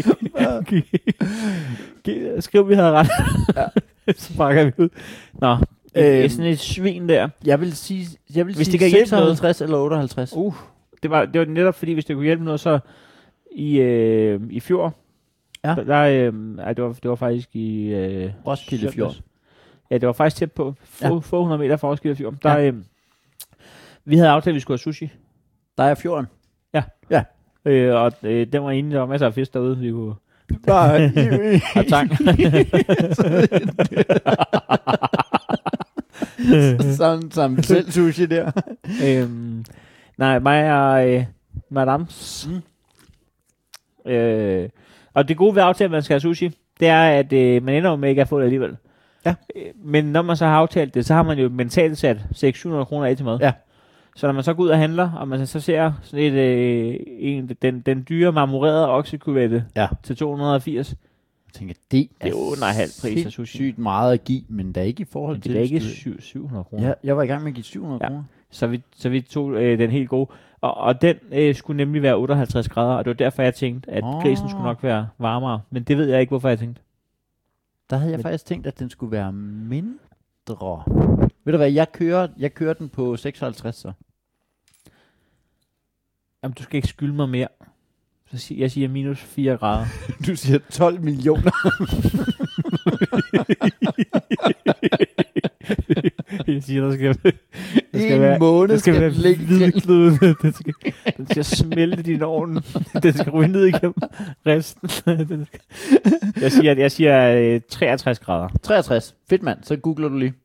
Skriv, vi havde ret. Så bakker vi ud. Nå. Øh, sådan et svin der. Jeg vil sige, jeg vil hvis sige det kan seksoghalvtreds eller otteoghalvtreds. Uh, det var, det var netop fordi, hvis det kunne hjælpe noget, så i, øh, i fjor, ja. der, der øh, ej, det, var, det var faktisk i... Øh, Roskilde Fjord. Ja, det var faktisk tæt på. Få, ja. få hundrede meter fra Roskilde Fjord. Der, ja. øh, vi havde aftalt, at vi skulle have sushi. Der er fjorden. Ja. Ja. Øh, og øh, den var inde, der var masser af fisk derude, vi kunne, Bare og tang. sådan som selv sushi der. øhm, nej, mig og øh, madams. Mm. Øh, og det gode ved aftalen, at man skal have sushi, det er, at øh, man ender med ikke at få det alligevel. Ja. Øh, men når man så har aftalt det, så har man jo mentalt sat seks hundrede til syv hundrede kroner af til mad. Ja. Så når man så går ud og handler, og man så ser sådan et, øh, en, den, den dyre marmorerede oksekuvette Ja. til to hundrede og firs, Jeg tænker, det det er under halv pris af sushi. sygt meget at give, men der er ikke i forhold Men til... det er ikke stykke- syv hundrede kroner. Ja, jeg var i gang med at give syv hundrede Ja. kroner. Så vi, så vi tog øh, den helt gode. Og, og den øh, skulle nemlig være otteoghalvtreds grader, og det var derfor, jeg tænkte, at Oh. oh. grisen skulle nok være varmere. Men det ved jeg ikke, hvorfor jeg tænkte. Der havde jeg Men- faktisk tænkt, at den skulle være mindre. Ved du hvad, jeg kører, jeg kører den på seksoghalvtreds så. Jamen, du skal ikke skylde mig mere. Så sig, jeg siger minus fire grader. Du siger tolv millioner. Jeg siger, der skal, der skal En være, måned der skal, skal være den ligge hvidklud. Den skal, den skal smelte din ovn. Den skal ryge ned igennem resten. Den skal. Jeg siger, jeg siger øh, treogtres grader. treogtres. Fedt mand, så googler du lige.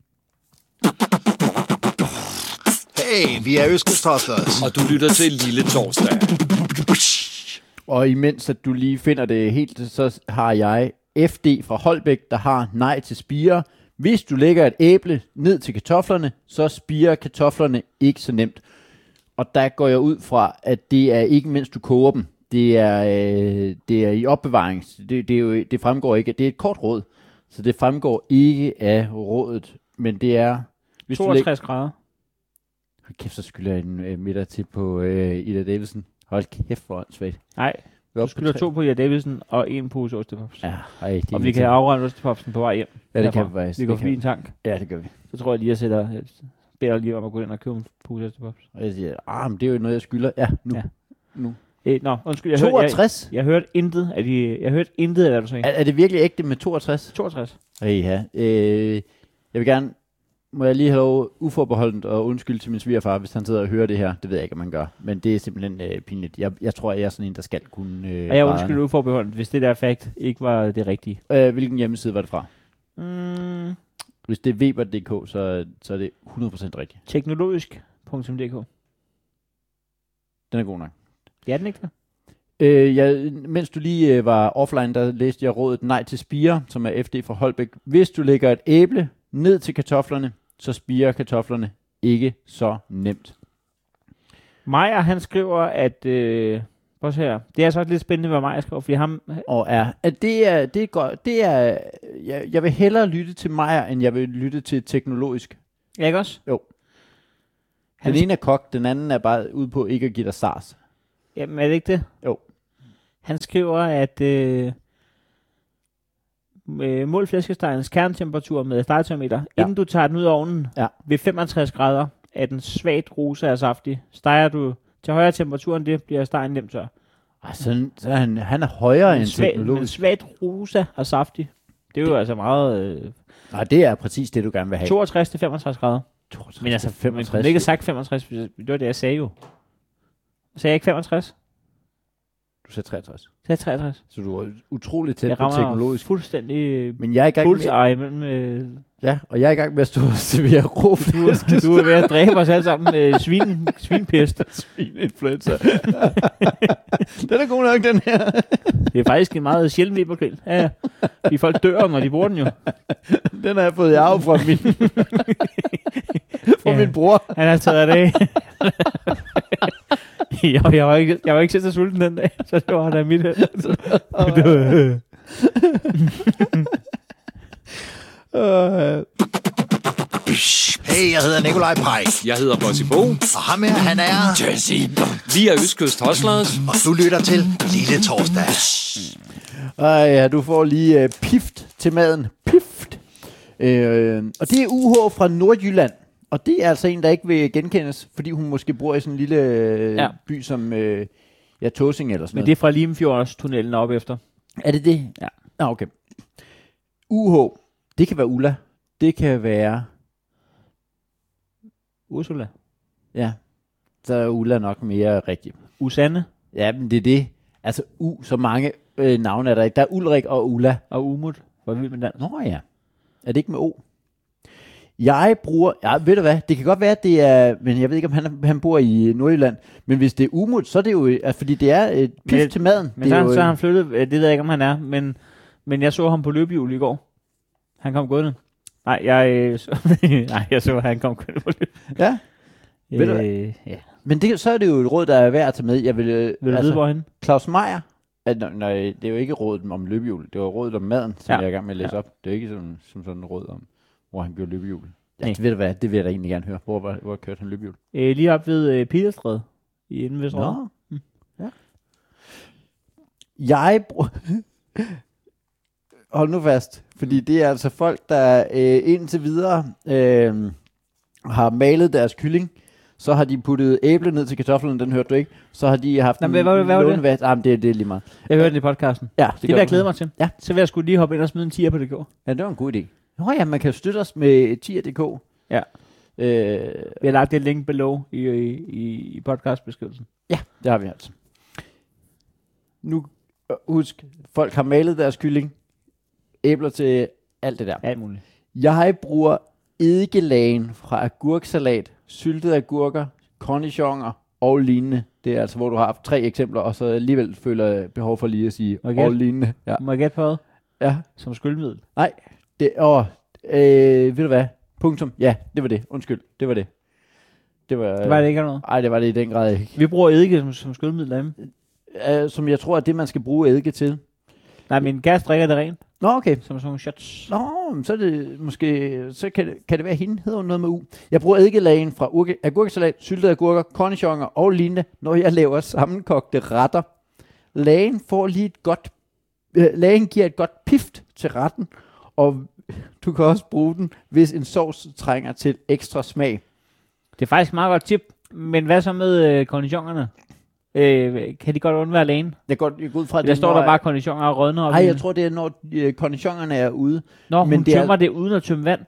Hey, vi er Øskestoflers. Og du lytter til Lille Torsdag. Og imens at du lige finder det helt, så har jeg F D fra Holbæk, der har nej til spirer. Hvis du lægger et æble ned til kartoflerne, så spirer kartoflerne ikke så nemt. Og der går jeg ud fra, at det er ikke mens du koger dem. Det er, øh, det er i opbevaring. Det, det, er jo, det fremgår ikke. Det er et kort råd, så det fremgår ikke af rådet. Men det er... Hvis toogtres du lægger, grader. hold kæft, så skylder jeg en øh, middag til på øh, Ida Davidsen. Hold kæft, hvor åndssvagt. Nej, Vi er du oppe på skylder tre- to på Ida Davidsen og en pose ostepops. Ja, ej, det er Og vi kan afregne ostepopsen på vej hjem. Ja, det Derfra. kan vi faktisk. Vi Det går kan forbi vi. en tank. Ja, det gør vi. Så tror jeg lige, jeg sætter... Jeg beder lige om at gå ind og købe en pose ostepops. Og jeg siger, ah, men det er jo noget, jeg skylder. Ja, nu. Ja. nu. Eh, nå, undskyld. Jeg hørte, toogtres? jeg, jeg hørte intet af de... Jeg hørte intet af, hvad du sagde. Er, er det virkelig ægte med toogtres? toogtres. Hey, ja. Øh, jeg vil gerne... Må jeg lige have lov uforbeholdent og undskylde til min svigerfar, hvis han sidder og hører det her. Det ved jeg ikke, om man gør. Men det er simpelthen øh, pinligt. Jeg, jeg tror, jeg er sådan en, der skal kunne... Øh, Og jeg bare- undskylder uforbeholdt, hvis det der fakt ikke var det rigtige. Øh, hvilken hjemmeside var det fra? Mm, Hvis det er Weber punktum d k, så, så er det hundrede procent rigtigt. teknologisk punktum d k. Den er god nok. Det er den ikke det? Øh, jeg, mens du lige øh, var offline, der læste jeg rådet nej til spire, som er F D fra Holbæk. Hvis du lægger et æble ned til kartoflerne, så spirer kartoflerne ikke så nemt. Maja, han skriver, at... Øh, prøv at se her. Det er så også lidt spændende, hvad Maja skriver, fordi ham... Og er, at det er, det er godt, det er, jeg, jeg vil hellere lytte til Maja, end jeg vil lytte til teknologisk. Ja, ikke også? Jo. Han Den ene er kok, den anden er bare ude på ikke at give dig SARS. Jamen, er det ikke det? Jo. Han skriver, at øh, øh, mål flæskestegens kernetemperatur med stegetermometer, Ja. inden du tager den ud af ovnen Ja. ved femogtres grader, er den svagt rosa og saftig. Steger du til højere temperatur end det, bliver stegen nemt tør. Ej, så, så er han, han er højere end Svag, men teknologisk. svagt rosa og saftig. Det er jo altså meget... Øh, Nej, det er præcis det, du gerne vil have. toogtres til femogtres grader. toogtres Men altså, til man femogtres. kunne ikke have sagt femogtres, det var det, jeg sagde jo. Sagde jeg ikke femogtres? Du sagde treogtres. Sagde jeg treogtres? Så du er utrolig tæt Jeg på rammer teknologisk. fuldstændig øh, Men jeg er i gang med, bullseye mellem... Øh, ja, og jeg er i gang med at stå og servere rå du, du er ved at dræbe os alle sammen med svin, svinpest. Svineinfluenza. Den er god nok, den her. Det er faktisk en meget sjælden Webergrill. Ja, ja. De folk dør, når de bruger den jo. Den har jeg fået i arv fra min, fra Ja. min bror. Han har taget det af. jeg, jeg, var ikke, jeg var ikke selv så sulten den dag, så det var da mit held. Øh, Hey, jeg hedder Nikolaj Pajk. Jeg hedder Bossy Bo. Og ham her, han er... Jesse. Vi er Østkyst Hoslers. Og du lytter til Lille Torsdag. Ej, ja, du får lige uh, pift til maden. Pift. Øh, og det er U H fra Nordjylland. Og det er altså en, der ikke vil genkendes, fordi hun måske bor i sådan en lille øh, Ja. by som øh, ja, Tåsinge eller sådan Men noget. det er fra Limfjordstunnelen op efter. Er det det? Ja. Ah, okay. U H, det kan være Ulla. Det kan være... Ursula. Ja, så er Ulla nok mere rigtig. Usanne. Ja, men det er det. Altså U, så mange øh, navne er der ikke. Der er Ulrik og Ulla. Og Umut. Hvor er vild med dans. Nå ja. Er det ikke med O? Jeg bruger... Ja, ved du hvad? Det kan godt være, at det er... Men jeg ved ikke, om han, han bor i Nordjylland. Men hvis det er Umut, så er det jo... Altså, fordi det er et pif men, til maden. Men så, jo, så har han flyttet... Det ved jeg ikke, om han er. Men, men jeg så ham på løbehjul i går. Han kom gående. Nej, jeg... Så, nej, jeg så, han kom gående på løbehjul. Ja. Øh, ved du hvad? Ja. Men det, så er det jo et råd, der er værd at tage med. Jeg vil, vil du altså, vide, hvorhen? Claus Meier. At, nej, det er jo ikke rådet om løbehjul. Det var rådet om maden, som ja. jeg er i gang med at læse ja. op. Det er ikke sådan, som sådan et råd om, hvor han gjorde løbehjul. Ja, det ved du hvad, det vil jeg da egentlig gerne høre. Hvor, hvor, hvor kørte han løbehjul? Øh, lige op ved øh, Peterstræde i Indvest. Nå. Mm. Ja. Jeg bruger... Hold nu fast, fordi det er altså folk, der øh, indtil videre øh, har malet deres kylling. Så har de puttet æble ned til kartoflen, den hørte du ikke. Så har de haft Nå, en hvad, hvad, hvad lånevat. Ah, det, det er lige meget. Jeg hørte den i podcasten. Ja, det, det vil jeg glæde mig til. Ja. Så vil jeg skulle lige hoppe ind og smide en tier på D K. Ja, det var en god idé. Nå ja, man kan støtte os med tier punktum d k. Ja. Øh, vi har lagt et link below i, i, i podcastbeskrivelsen. Ja, det har vi altså. Nu husk, folk har malet deres kylling. Æbler til alt det der. Alt muligt. Jeg bruger eddikelagen fra agurksalat, syltede agurker, cornichoner og lignende. Det er altså, hvor du har haft tre eksempler, og så alligevel føler jeg behov for lige at sige og lignende. Ja. Må jeg gætte på det? Ja. Som skyldmiddel? Nej. Det, åh, øh, ved du hvad? Punktum. Ja, det var det. Undskyld. Det var det. Det var, det var det ikke noget? Nej, det var det i den grad ikke. Vi bruger eddike som, som skyldmiddel derhjemme. Uh, som jeg tror er det, man skal bruge eddike til. Nej, min kæreste drikker det rent. Nå, okay. Som sådan nogle shots. Nå, så er det måske, så kan det, kan det være hende, hedder hun noget med U. Jeg bruger eddikelagen fra urke, agurkesalat, syltede agurker, cornichoner og lignende, når jeg laver sammenkogte retter. Lagen får lige et godt, øh, lagen giver et godt pift til retten, og du kan også bruge den, hvis en sovs trænger til ekstra smag. Det er faktisk et meget godt tip, men hvad så med øh, cornichonerne? Øh, kan de godt undvære lagen? Jeg går, jeg går ud fra, der det står der bare cornichoner og rødner. Nej, jeg tror, det er, når øh, cornichonerne er ude. Nå, men hun det tømmer er... det uden at tømme vand.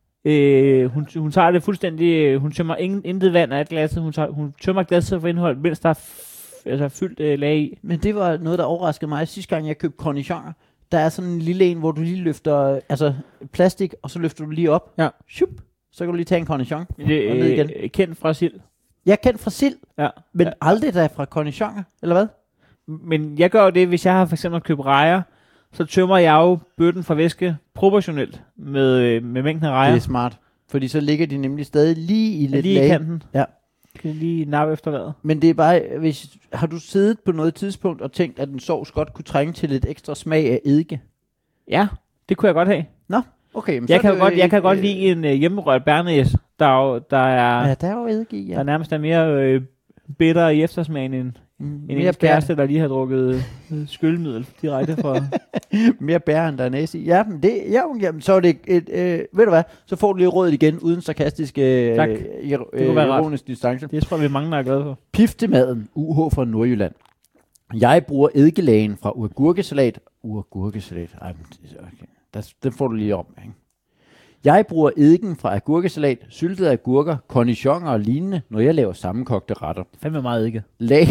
Øh, hun, hun tager det fuldstændig... Hun tømmer ingen, intet vand af glasset. Hun, tager, hun tømmer glasset for indhold, mens der er f- altså fyldt øh, lag i. Men det var noget, der overraskede mig. Sidste gang, jeg købte cornichoner, der er sådan en lille en, hvor du lige løfter altså plastik, og så løfter du lige op. Ja. Shup, så kan du lige tage en cornichon det, og ned igen. Øh, kendt fra sild. Jeg er kendt fra sild, ja. men ja. aldrig der fra cornichoner, eller hvad? Men jeg gør jo det, hvis jeg har for eksempel købt rejer, så tømmer jeg jo bøtten fra væske proportionelt med, med mængden af rejer. Det er smart, fordi så ligger de nemlig stadig lige i ja, lidt lige lag. i kanten. Ja. Kan lige nappe efter vejret. Men det er bare, hvis, har du siddet på noget tidspunkt og tænkt, at en sovs godt kunne trænge til lidt ekstra smag af eddike? Ja, det kunne jeg godt have. Nå, okay. Men jeg, så kan det, godt, jeg kan øh, godt lide en uh, hjemmerørt bernæs, der, er, der er... Ja, der er jo eddike i, ja. Der nærmest er mere øh, bitter i eftersmagen end, mm, end en kæreste, der lige har drukket øh, skyldmiddel direkte fra... mere bær, end der er næse i. Ja, men det, ja, jamen, så er det et, øh, ved du hvad, så får du lige rådet igen, uden sarkastisk øh, tak. Øh, det kunne være ironisk distance. Det tror jeg, vi er mange, der er glade for. Pif til maden, U H fra Nordjylland. Jeg bruger eddikelagen fra uragurkesalat. Uragurkesalat, ej, okay. Der, den får du lige om, ikke? Jeg bruger eddiken fra agurkesalat, syltede agurker, cornichoner og lignende, når jeg laver sammenkogte retter. Fandme meget eddike. Lag.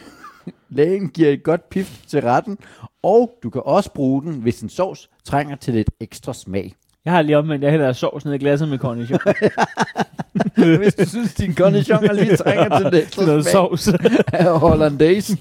Lagen giver et godt pift til retten, og du kan også bruge den, hvis en sovs trænger til lidt ekstra smag. Jeg har lige omvendt, jeg hælder sovs ned i glasset med cornichon. Hvis du synes, din cornichoner lige trænger til lidt ekstra noget smag sovs af hollandaise.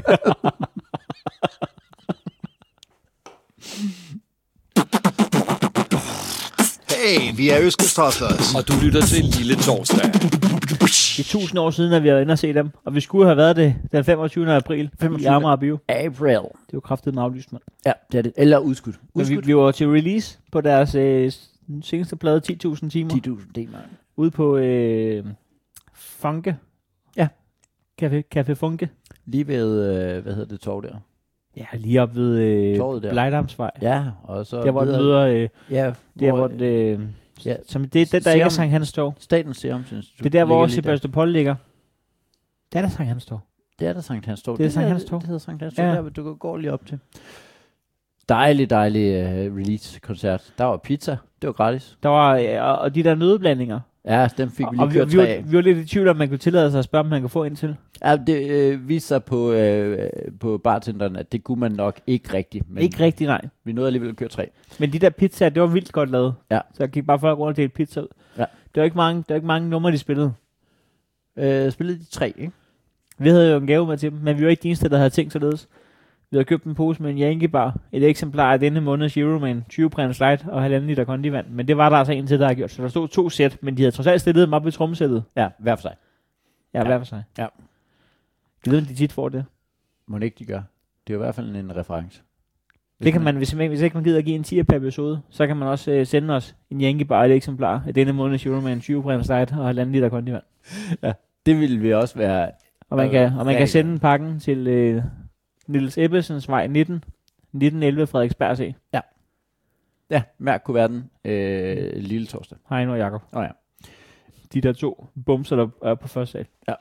Hey, vi er Øskestoflers. Og du lytter til Lille Torsdag. Det er tusind år siden, at vi har inde og se dem. Og vi skulle have været det den femogtyvende april i Amager Bio. April. Det var kraftigt med aflyst, mand. Ja, det er det. Eller udskudt. udskudt. Vi, vi var til release på deres øh, seneste plade, ti tusind timer. ti tusind timer. Ude på øh, Funke. Ja. Café, Café Funke. Lige ved, øh, hvad hedder det torv der? Ja, lige op ved øh, Blejdamsvej. Ja, og så... Der hvor den møder... Øh, ja, der hvor det... Øh, ja, som det er den, der Serum, ikke er Sankt Hans Torv. Statens Serum Institut. Det er der, hvor Sebastopol ligger. Det er der Sankt Hans Torv. Det er der Sankt Hans Torv. Det er Sankt Hans Torv. Det hedder Sankt Hans Torv, ja. Der du kan gå lige op til. Dejlig, dejlig uh, release-koncert. Der var pizza. Det var gratis. Der var, ja, og de der nødeblandinger, Ja, den fik vi lige og kørt vi, tre vi, af. vi var lidt i tvivl, om man kunne tillade sig at spørge, om man kunne få en til. Ja, det øh, viste sig på, øh, på bartenderen, at det kunne man nok ikke rigtigt. Men Ikke rigtig, nej. vi nåede alligevel at køre tre. Men de der pizzaer, det var vildt godt lavet. Ja. Så jeg gik bare folk rundt og delte pizza ud. Ja. Det var ikke mange, det var ikke mange numre, de spillede. Øh, spillede de tre, ikke? Vi havde jo en gave med til dem, men vi var ikke de eneste, der havde tænkt således. Vi havde købt en pose med en Yankee Bar, et eksemplar af denne måneds Euroman, tyve Prins Light og halvanden liter kondivand. Men det var der altså en til, der havde gjort. Så der stod to sæt, men de havde trods alt stillet dem op i trommesættet. Ja, hver for sig. Ja, Ja. hver for sig. Ja. Jeg ved, om de tit får det. Må ikke de gør. Det er jo i hvert fald en reference. Det kan man, hvis, man, hvis ikke man gider at give en tier per episode, så kan man også øh, sende os en Yankee Bar, et eksemplar af denne måneds Euroman, tyve Prins Light og halvanden liter kondivand. Ja, det ville vi også være. Og man kan, og man kan Ja, sende pakken til øh, Niels Ebbesens vej nitten, nitten elleve Frederiksberg C. Ja, mærk kuverten øh, lille torsdag. Heino og Jakob. Åh oh, ja. De der to bumser, der er på første sal. Ja.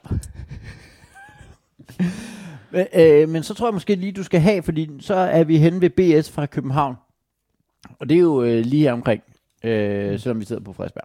men, øh, men så tror jeg måske lige, du skal have, fordi så er vi henne ved B S fra København. Og det er jo øh, lige her omkring, øh, selvom vi sidder på Frederiksberg.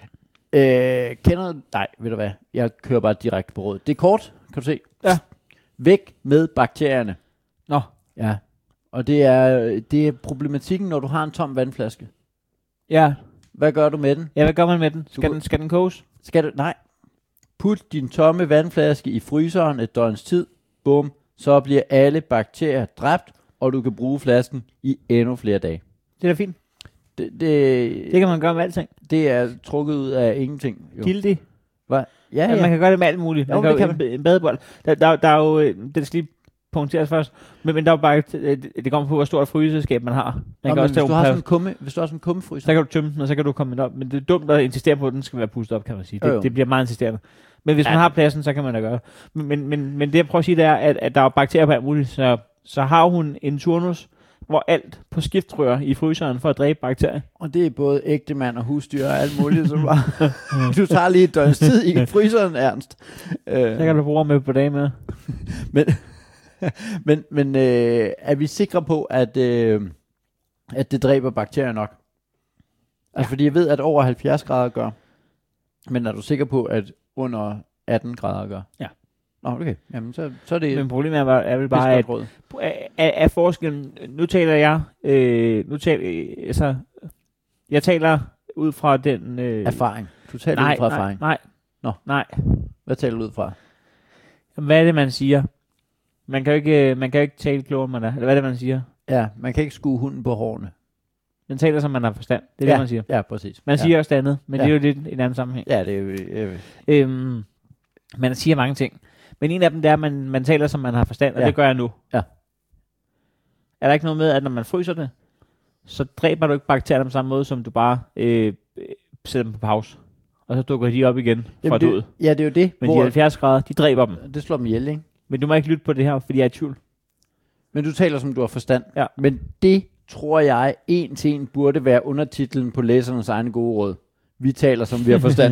Øh, kender du? Nej, ved du hvad? Jeg kører bare direkte på råd. Det er kort, kan du se. Ja. Væk med bakterierne. Nå. Ja. Og det er, det er problematikken, når du har en tom vandflaske. Ja. Hvad gør du med den? Ja, hvad gør man med den? Skal, Du- den, skal den koges? Skal du? Nej. Put din tomme vandflaske i fryseren et døgns tid. Bum. Så bliver alle bakterier dræbt, og du kan bruge flasken i endnu flere dage. Det er da fint. Det, det, Det kan man gøre med alting. det er trukket ud af ingenting. Jo. Guilty. Hvad? Ja, Ja, ja. man kan gøre det med alt muligt. Man Jo, kan det jo kan en, en badebold. Der, der, der er jo, øh, det skal lige punkteres først, men, men der er jo bare, øh, det, det kommer på, hvor stort fryseskab man har. Man Nå, kan men også hvis, tage du har per- sådan en kumme, hvis du har sådan en kummefryser. så kan du tømme den, og så kan du komme den op. Men det er dumt at insistere på, at den skal være pustet op, kan man sige. Jo, jo. Det, det bliver meget insisterende. Men hvis Ja. man har pladsen, så kan man da gøre det. Men, men, men, men det jeg prøver at sige, det er, at, at der er bakterier på alt muligt. Så, så har hun en turnus, hvor alt på skift rører i fryseren for at dræbe bakterier. Og det er både ægte mand og husdyr og alt muligt. Så bare, du tager lige et døgns tid i fryseren, Ernst. Øh, Så kan du bruge med på dage med. men men, men øh, er vi sikre på, at, øh, at det dræber bakterier nok? Altså, Ja. fordi jeg ved, at over halvfjerds grader gør. Men er du sikker på, at under atten grader gør? Ja. Nå, okay. Jamen, så, så er det Men problemet er, er vel bare, bare at råd. af, af forskellen, nu taler jeg, øh, nu taler, øh, altså, jeg taler ud fra den... Øh, Erfaring. Du taler nej, ud fra nej, erfaring. nej, Nå. nej. Hvad taler du ud fra? Hvad er det, man siger? Man kan jo ikke, man kan jo ikke tale klogere, end man er. Eller hvad er det, man siger? Ja, man kan ikke skue hunden på hårene. Man taler, som man har forstand. Det er ja, det, man siger. Ja, præcis. Man ja. siger også det andet, men Ja. det er jo lidt en anden sammenhæng. Ja, det er jo... Øh, Øhm, man siger mange ting. Men en af dem, det er, at man, man taler, som man har forstand, og Ja. det gør jeg nu. Ja. Er der ikke noget med, at når man fryser det, så dræber du ikke bakterierne på samme måde, som du bare øh, øh, sætter dem på pause. Og så dukker de op igen fra Jamen, død. det, ja, det er jo det. Men de halvfjerds grader, de dræber dem. Det slår dem ihjel, ikke? Men du må ikke lytte på det her, fordi jeg er i tvivl. Men du taler, som du har forstand. Ja. Men det tror jeg, en til en burde være undertitlen på læsernes egne gode råd. Vi taler, som vi har forstand.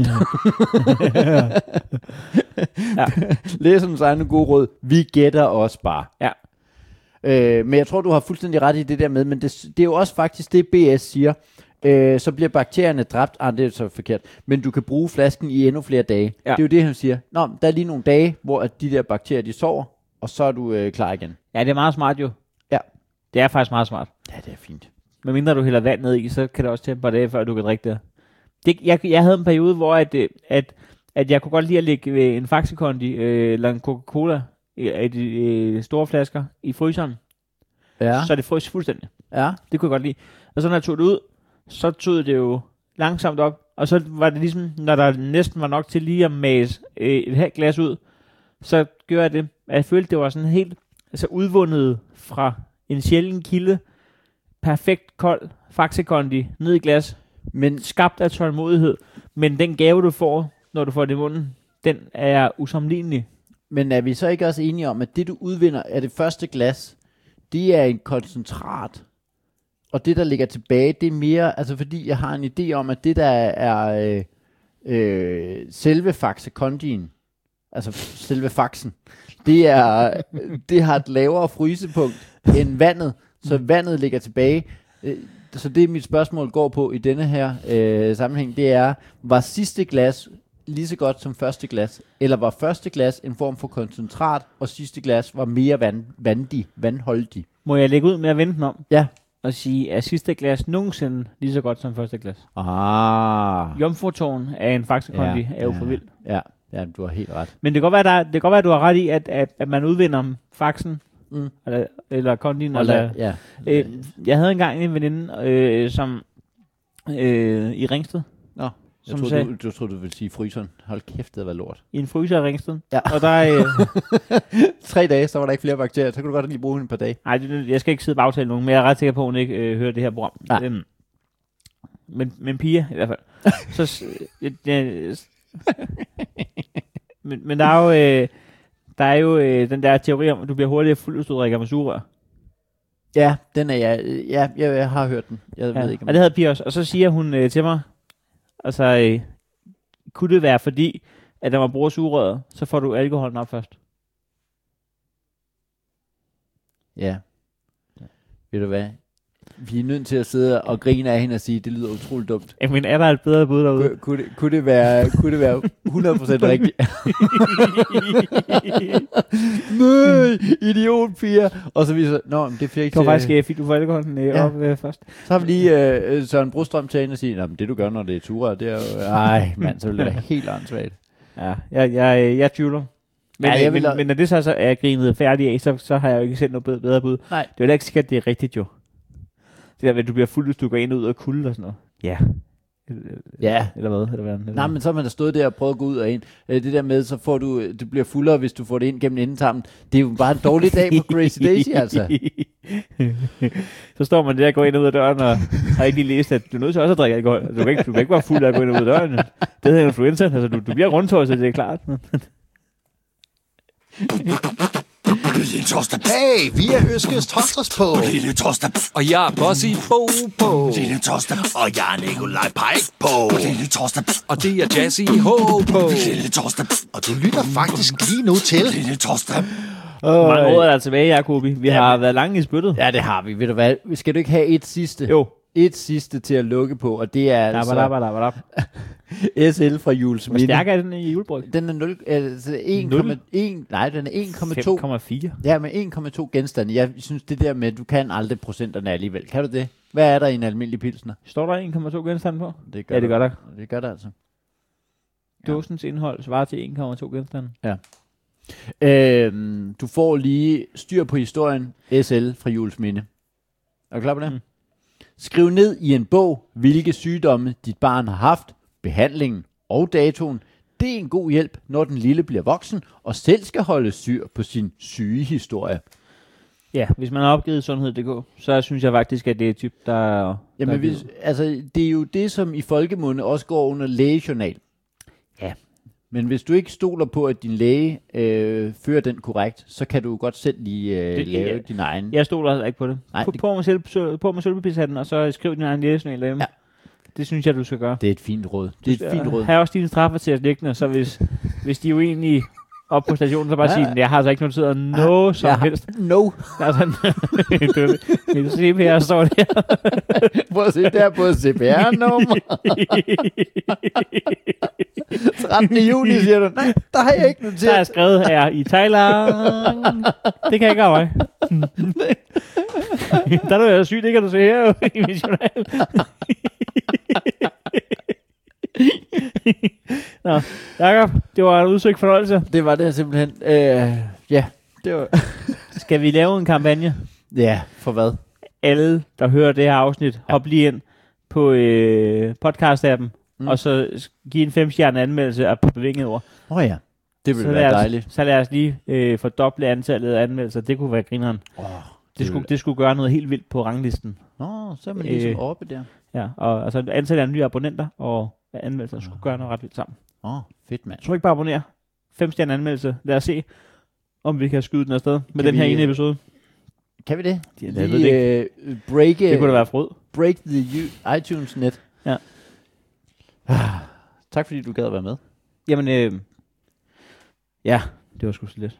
Ja. Læsernes egne gode råd. Vi gætter os bare. Ja. Øh, men jeg tror, du har fuldstændig ret i det der med, men det, det er jo også faktisk det, B S siger. Øh, så bliver bakterierne dræbt. Ah, det er så forkert. Men du kan bruge flasken i endnu flere dage. Ja. Det er jo det, han siger. Nå, der er lige nogle dage, hvor at de der bakterier, de sover, og så er du øh, klar igen. Ja, det er meget smart jo. Ja. Det er faktisk meget smart. Ja, det er fint. Men mindre du hælder vand ned i, så kan det også tage et par dage, før du kan drikke det. det jeg, jeg havde en periode, hvor at, øh, at, at jeg kunne godt lide at lægge øh, en Faxe Kondi øh, eller en Coca-Cola i, i de øh, store flasker i fryseren. Ja. Så det frøs fuldstændig. Ja. Det kunne jeg godt lide. Og så når jeg tog det ud, så tog det jo langsomt op. Og så var det ligesom, når der næsten var nok til lige at mase øh, et halvt glas ud, så gjorde jeg det. Jeg følte, det var sådan helt altså udvundet fra en sjælden kilde. Perfekt kold Faxe Kondi ned i glas. Men Skabt af tålmodighed. Men den gave, du får, når du får det i munden, den er usammenlignelig. Men er vi så ikke også enige om, at det du udvinder af det første glas, det er en koncentrat, og det der ligger tilbage, det er mere, altså fordi jeg har en idé om, at det der er øh, øh, selve Faxe Kondien, altså selve faxen, det er det har et lavere frysepunkt end vandet, så vandet ligger tilbage. Øh, så det mit spørgsmål går på i denne her øh, sammenhæng, det er, var sidste glas lige så godt som første glas, eller var første glas en form for koncentrat, og sidste glas var mere vand, vandig, vandholdig? Må jeg lægge ud med at vente den om? Ja. Og sige, er sidste glas nogensinde lige så godt som første glas? Ah. Jomfrutårn af en Faxe-kondi Ja, er jo ja. for vild. Ja, ja, du har helt ret. Men det kan godt være, der, det kan godt være, du har ret i, at, at, at man udvinder Faxen, Mm. eller, eller kondien. Og Eller, la- ja. øh, jeg havde engang en veninde, øh, som øh, i Ringsted, Nå, jeg som troede, sagde- du, du troede, du ville sige fryseren. Hold kæft, det var lort. i en fryser i Ringsted. Ja. Og der øh, Tre dage, så var der ikke flere bakterier. Så kunne du godt lige bruge hende et par dage. nej, det, jeg skal ikke sidde og bagtale nogen, men jeg er ret sikker på, at hun ikke øh, hører det her program. Nej. Øhm, men, men Pia i hvert fald. så, s- øh, øh, s- men, men der er jo, øh, der er jo øh, den der teori om, at du bliver hurtigere fuld, hvis du drikker med sugerør. Ja, den er jeg. Ja, jeg, jeg har hørt den. Jeg Ja. ved ikke, om Og det havde Pia også. Og så siger hun øh, til mig, altså, øh, kunne det være fordi, at når man bruger sugerøret, så får du alkoholen op først? Ja. Ved du hvad? Vi er nødt til at sidde og grine af hende og sige, det lyder utroligt dumt. Jamen, er der et bedre bud derude? Kunne, kunne, det, kunne, det være, kunne det være hundrede procent rigtigt? Nej, idiot, Pia. Og så viser nå, men det fik Det var faktisk øh, fint, du får alkoholen øh, Ja. op øh, først. Så har vi lige øh, Søren Brostrøm til hende og sige, nej, men det du gør, når det er ture, det er jo, ej, mand, så vil det være helt åndssvagt. Ja, jeg, jeg, øh, jeg tvivler. Men, Ja, ja, jeg men, vil- men når det så, så er grinet færdig af, så, så har jeg jo ikke selv noget bedre, bedre bud. Nej. Det er jo da ikke sikkert, at det er rigtigt jo. Det der med, at du bliver fuld, hvis du går ind og ud af kulde og sådan noget. Ja. Ja. Eller hvad? Eller hvad? Eller Nej, men så har man da stået der og prøvet at gå ud og ind. Øh, Det der med, så får du, du bliver fuldere, hvis du får det ind gennem endetarmen. Det er jo bare en dårlig dag på Crazy Daisy, altså. Så står man der og går ind og ud af døren, og har ikke lige læst, at du er nødt til også at drikke alkohol. Du kan ikke, du kan ikke være fuld af at gå ind og ud af døren. Det hedder influenza. Altså, du, du bliver rundtosset, det er klart. Lille torsdag. Hey, vi er Øskes Torsdags på. Lille torsdag. Og jeg er Bossy Bo på. Lille torsdag. Og jeg er Nikolaj Pike på. Lille torsdag. Og det er Jazzy H på. Lille torsdag. Og du lytter faktisk lige nu til Lille torsdag. Hvor mange år er der tilbage, Jacobi? Vi har men- været lange i spyttet. Ja, det har vi. Ved du hvad? Skal du ikke have et sidste? Jo. Et sidste til at lukke på, og det er Dabba, dabba, dabba, dabba. altså S L fra Jules Hvor Minde. stærk er den i julebryg? Den er nul, altså en komma en, nej, den er en komma to. fem komma fire. Ja, med en komma to genstande. Jeg synes, det der med, du kan aldrig procenterne alligevel. Kan du det? Hvad er der i en almindelig pilsner? Står der en komma to genstande på? Det Ja, det gør der. Det gør der altså. Dåsens indhold svarer til en komma to genstande. Øhm, du får lige styr på historien. S L fra Jules Minde. Er du klar på det? Mm. Mm. Skriv ned i en bog, hvilke sygdomme dit barn har haft, behandlingen og datoen. Det er en god hjælp, når den lille bliver voksen og selv skal holde styr på sin sygehistorie. Ja, hvis man har opgivet sundhed punktum d k, så synes jeg faktisk, at det er typ, der... der Jamen, er hvis, altså, det er jo det, som i folkemunde også går under lægejournal. Ja. Men hvis du ikke stoler på, at din læge øh, fører den korrekt, så kan du godt selv lige øh, Det- lave ja. din egen. Jeg stoler heller ikke på det. Nej, på, det- på med, selv, på med sølvpapirshatten, og så skriv din egen lægejournal derhjemme. Ja. Det synes jeg, du skal gøre. Det er et fint råd. Det er et fint råd. Her også dine straffer til at liggende, så hvis, hvis de er uenige op på stationen, så bare Ja. sige, jeg har altså ikke noteret noget som Jeg har- helst. No. Altså, mit C P R står der. Prøv at se der på C P R-nummer. trettende juni siger du. Nej, der har jeg ikke Så er jeg noteret. skrevet her i Thailand. Det kan jeg ikke arbejde. Der er du jo syg, det kan du se her jo, i min journal. Nå, Jacob, det var en udsøgt fornøjelse. Det var det simpelthen. Øh, ja, det var... Skal vi lave en kampagne? Ja, for hvad? Alle, der hører det her afsnit, hop lige ind på øh, podcast-appen, Mm. mm. og så give en fem-stjerne anmeldelse af på bevinget ord. Åh oh, ja, det ville så være lad os, dejligt. Så lad os lige øh, fordoble antallet af anmeldelser. Det kunne være grineren. Oh, Det skulle, det skulle gøre noget helt vildt på ranglisten. Nå, så er man ligesom Øh. oppe der. Ja, og altså antallet af nye abonnenter og anmeldelser skulle gøre noget ret vildt sammen. Åh, oh, fedt mand. Så ikke bare abonnere. Fem stjerne anmeldelse. Lad os se, om vi kan skyde den afsted med Kan den her vi- ene episode. Kan vi det? Ja, jeg ved det Lige øh, break, Det kunne da være frød. break the u- iTunes net. Ja. Ah, tak fordi du gad at være med. Jamen, øh, ja, det var sgu så lidt.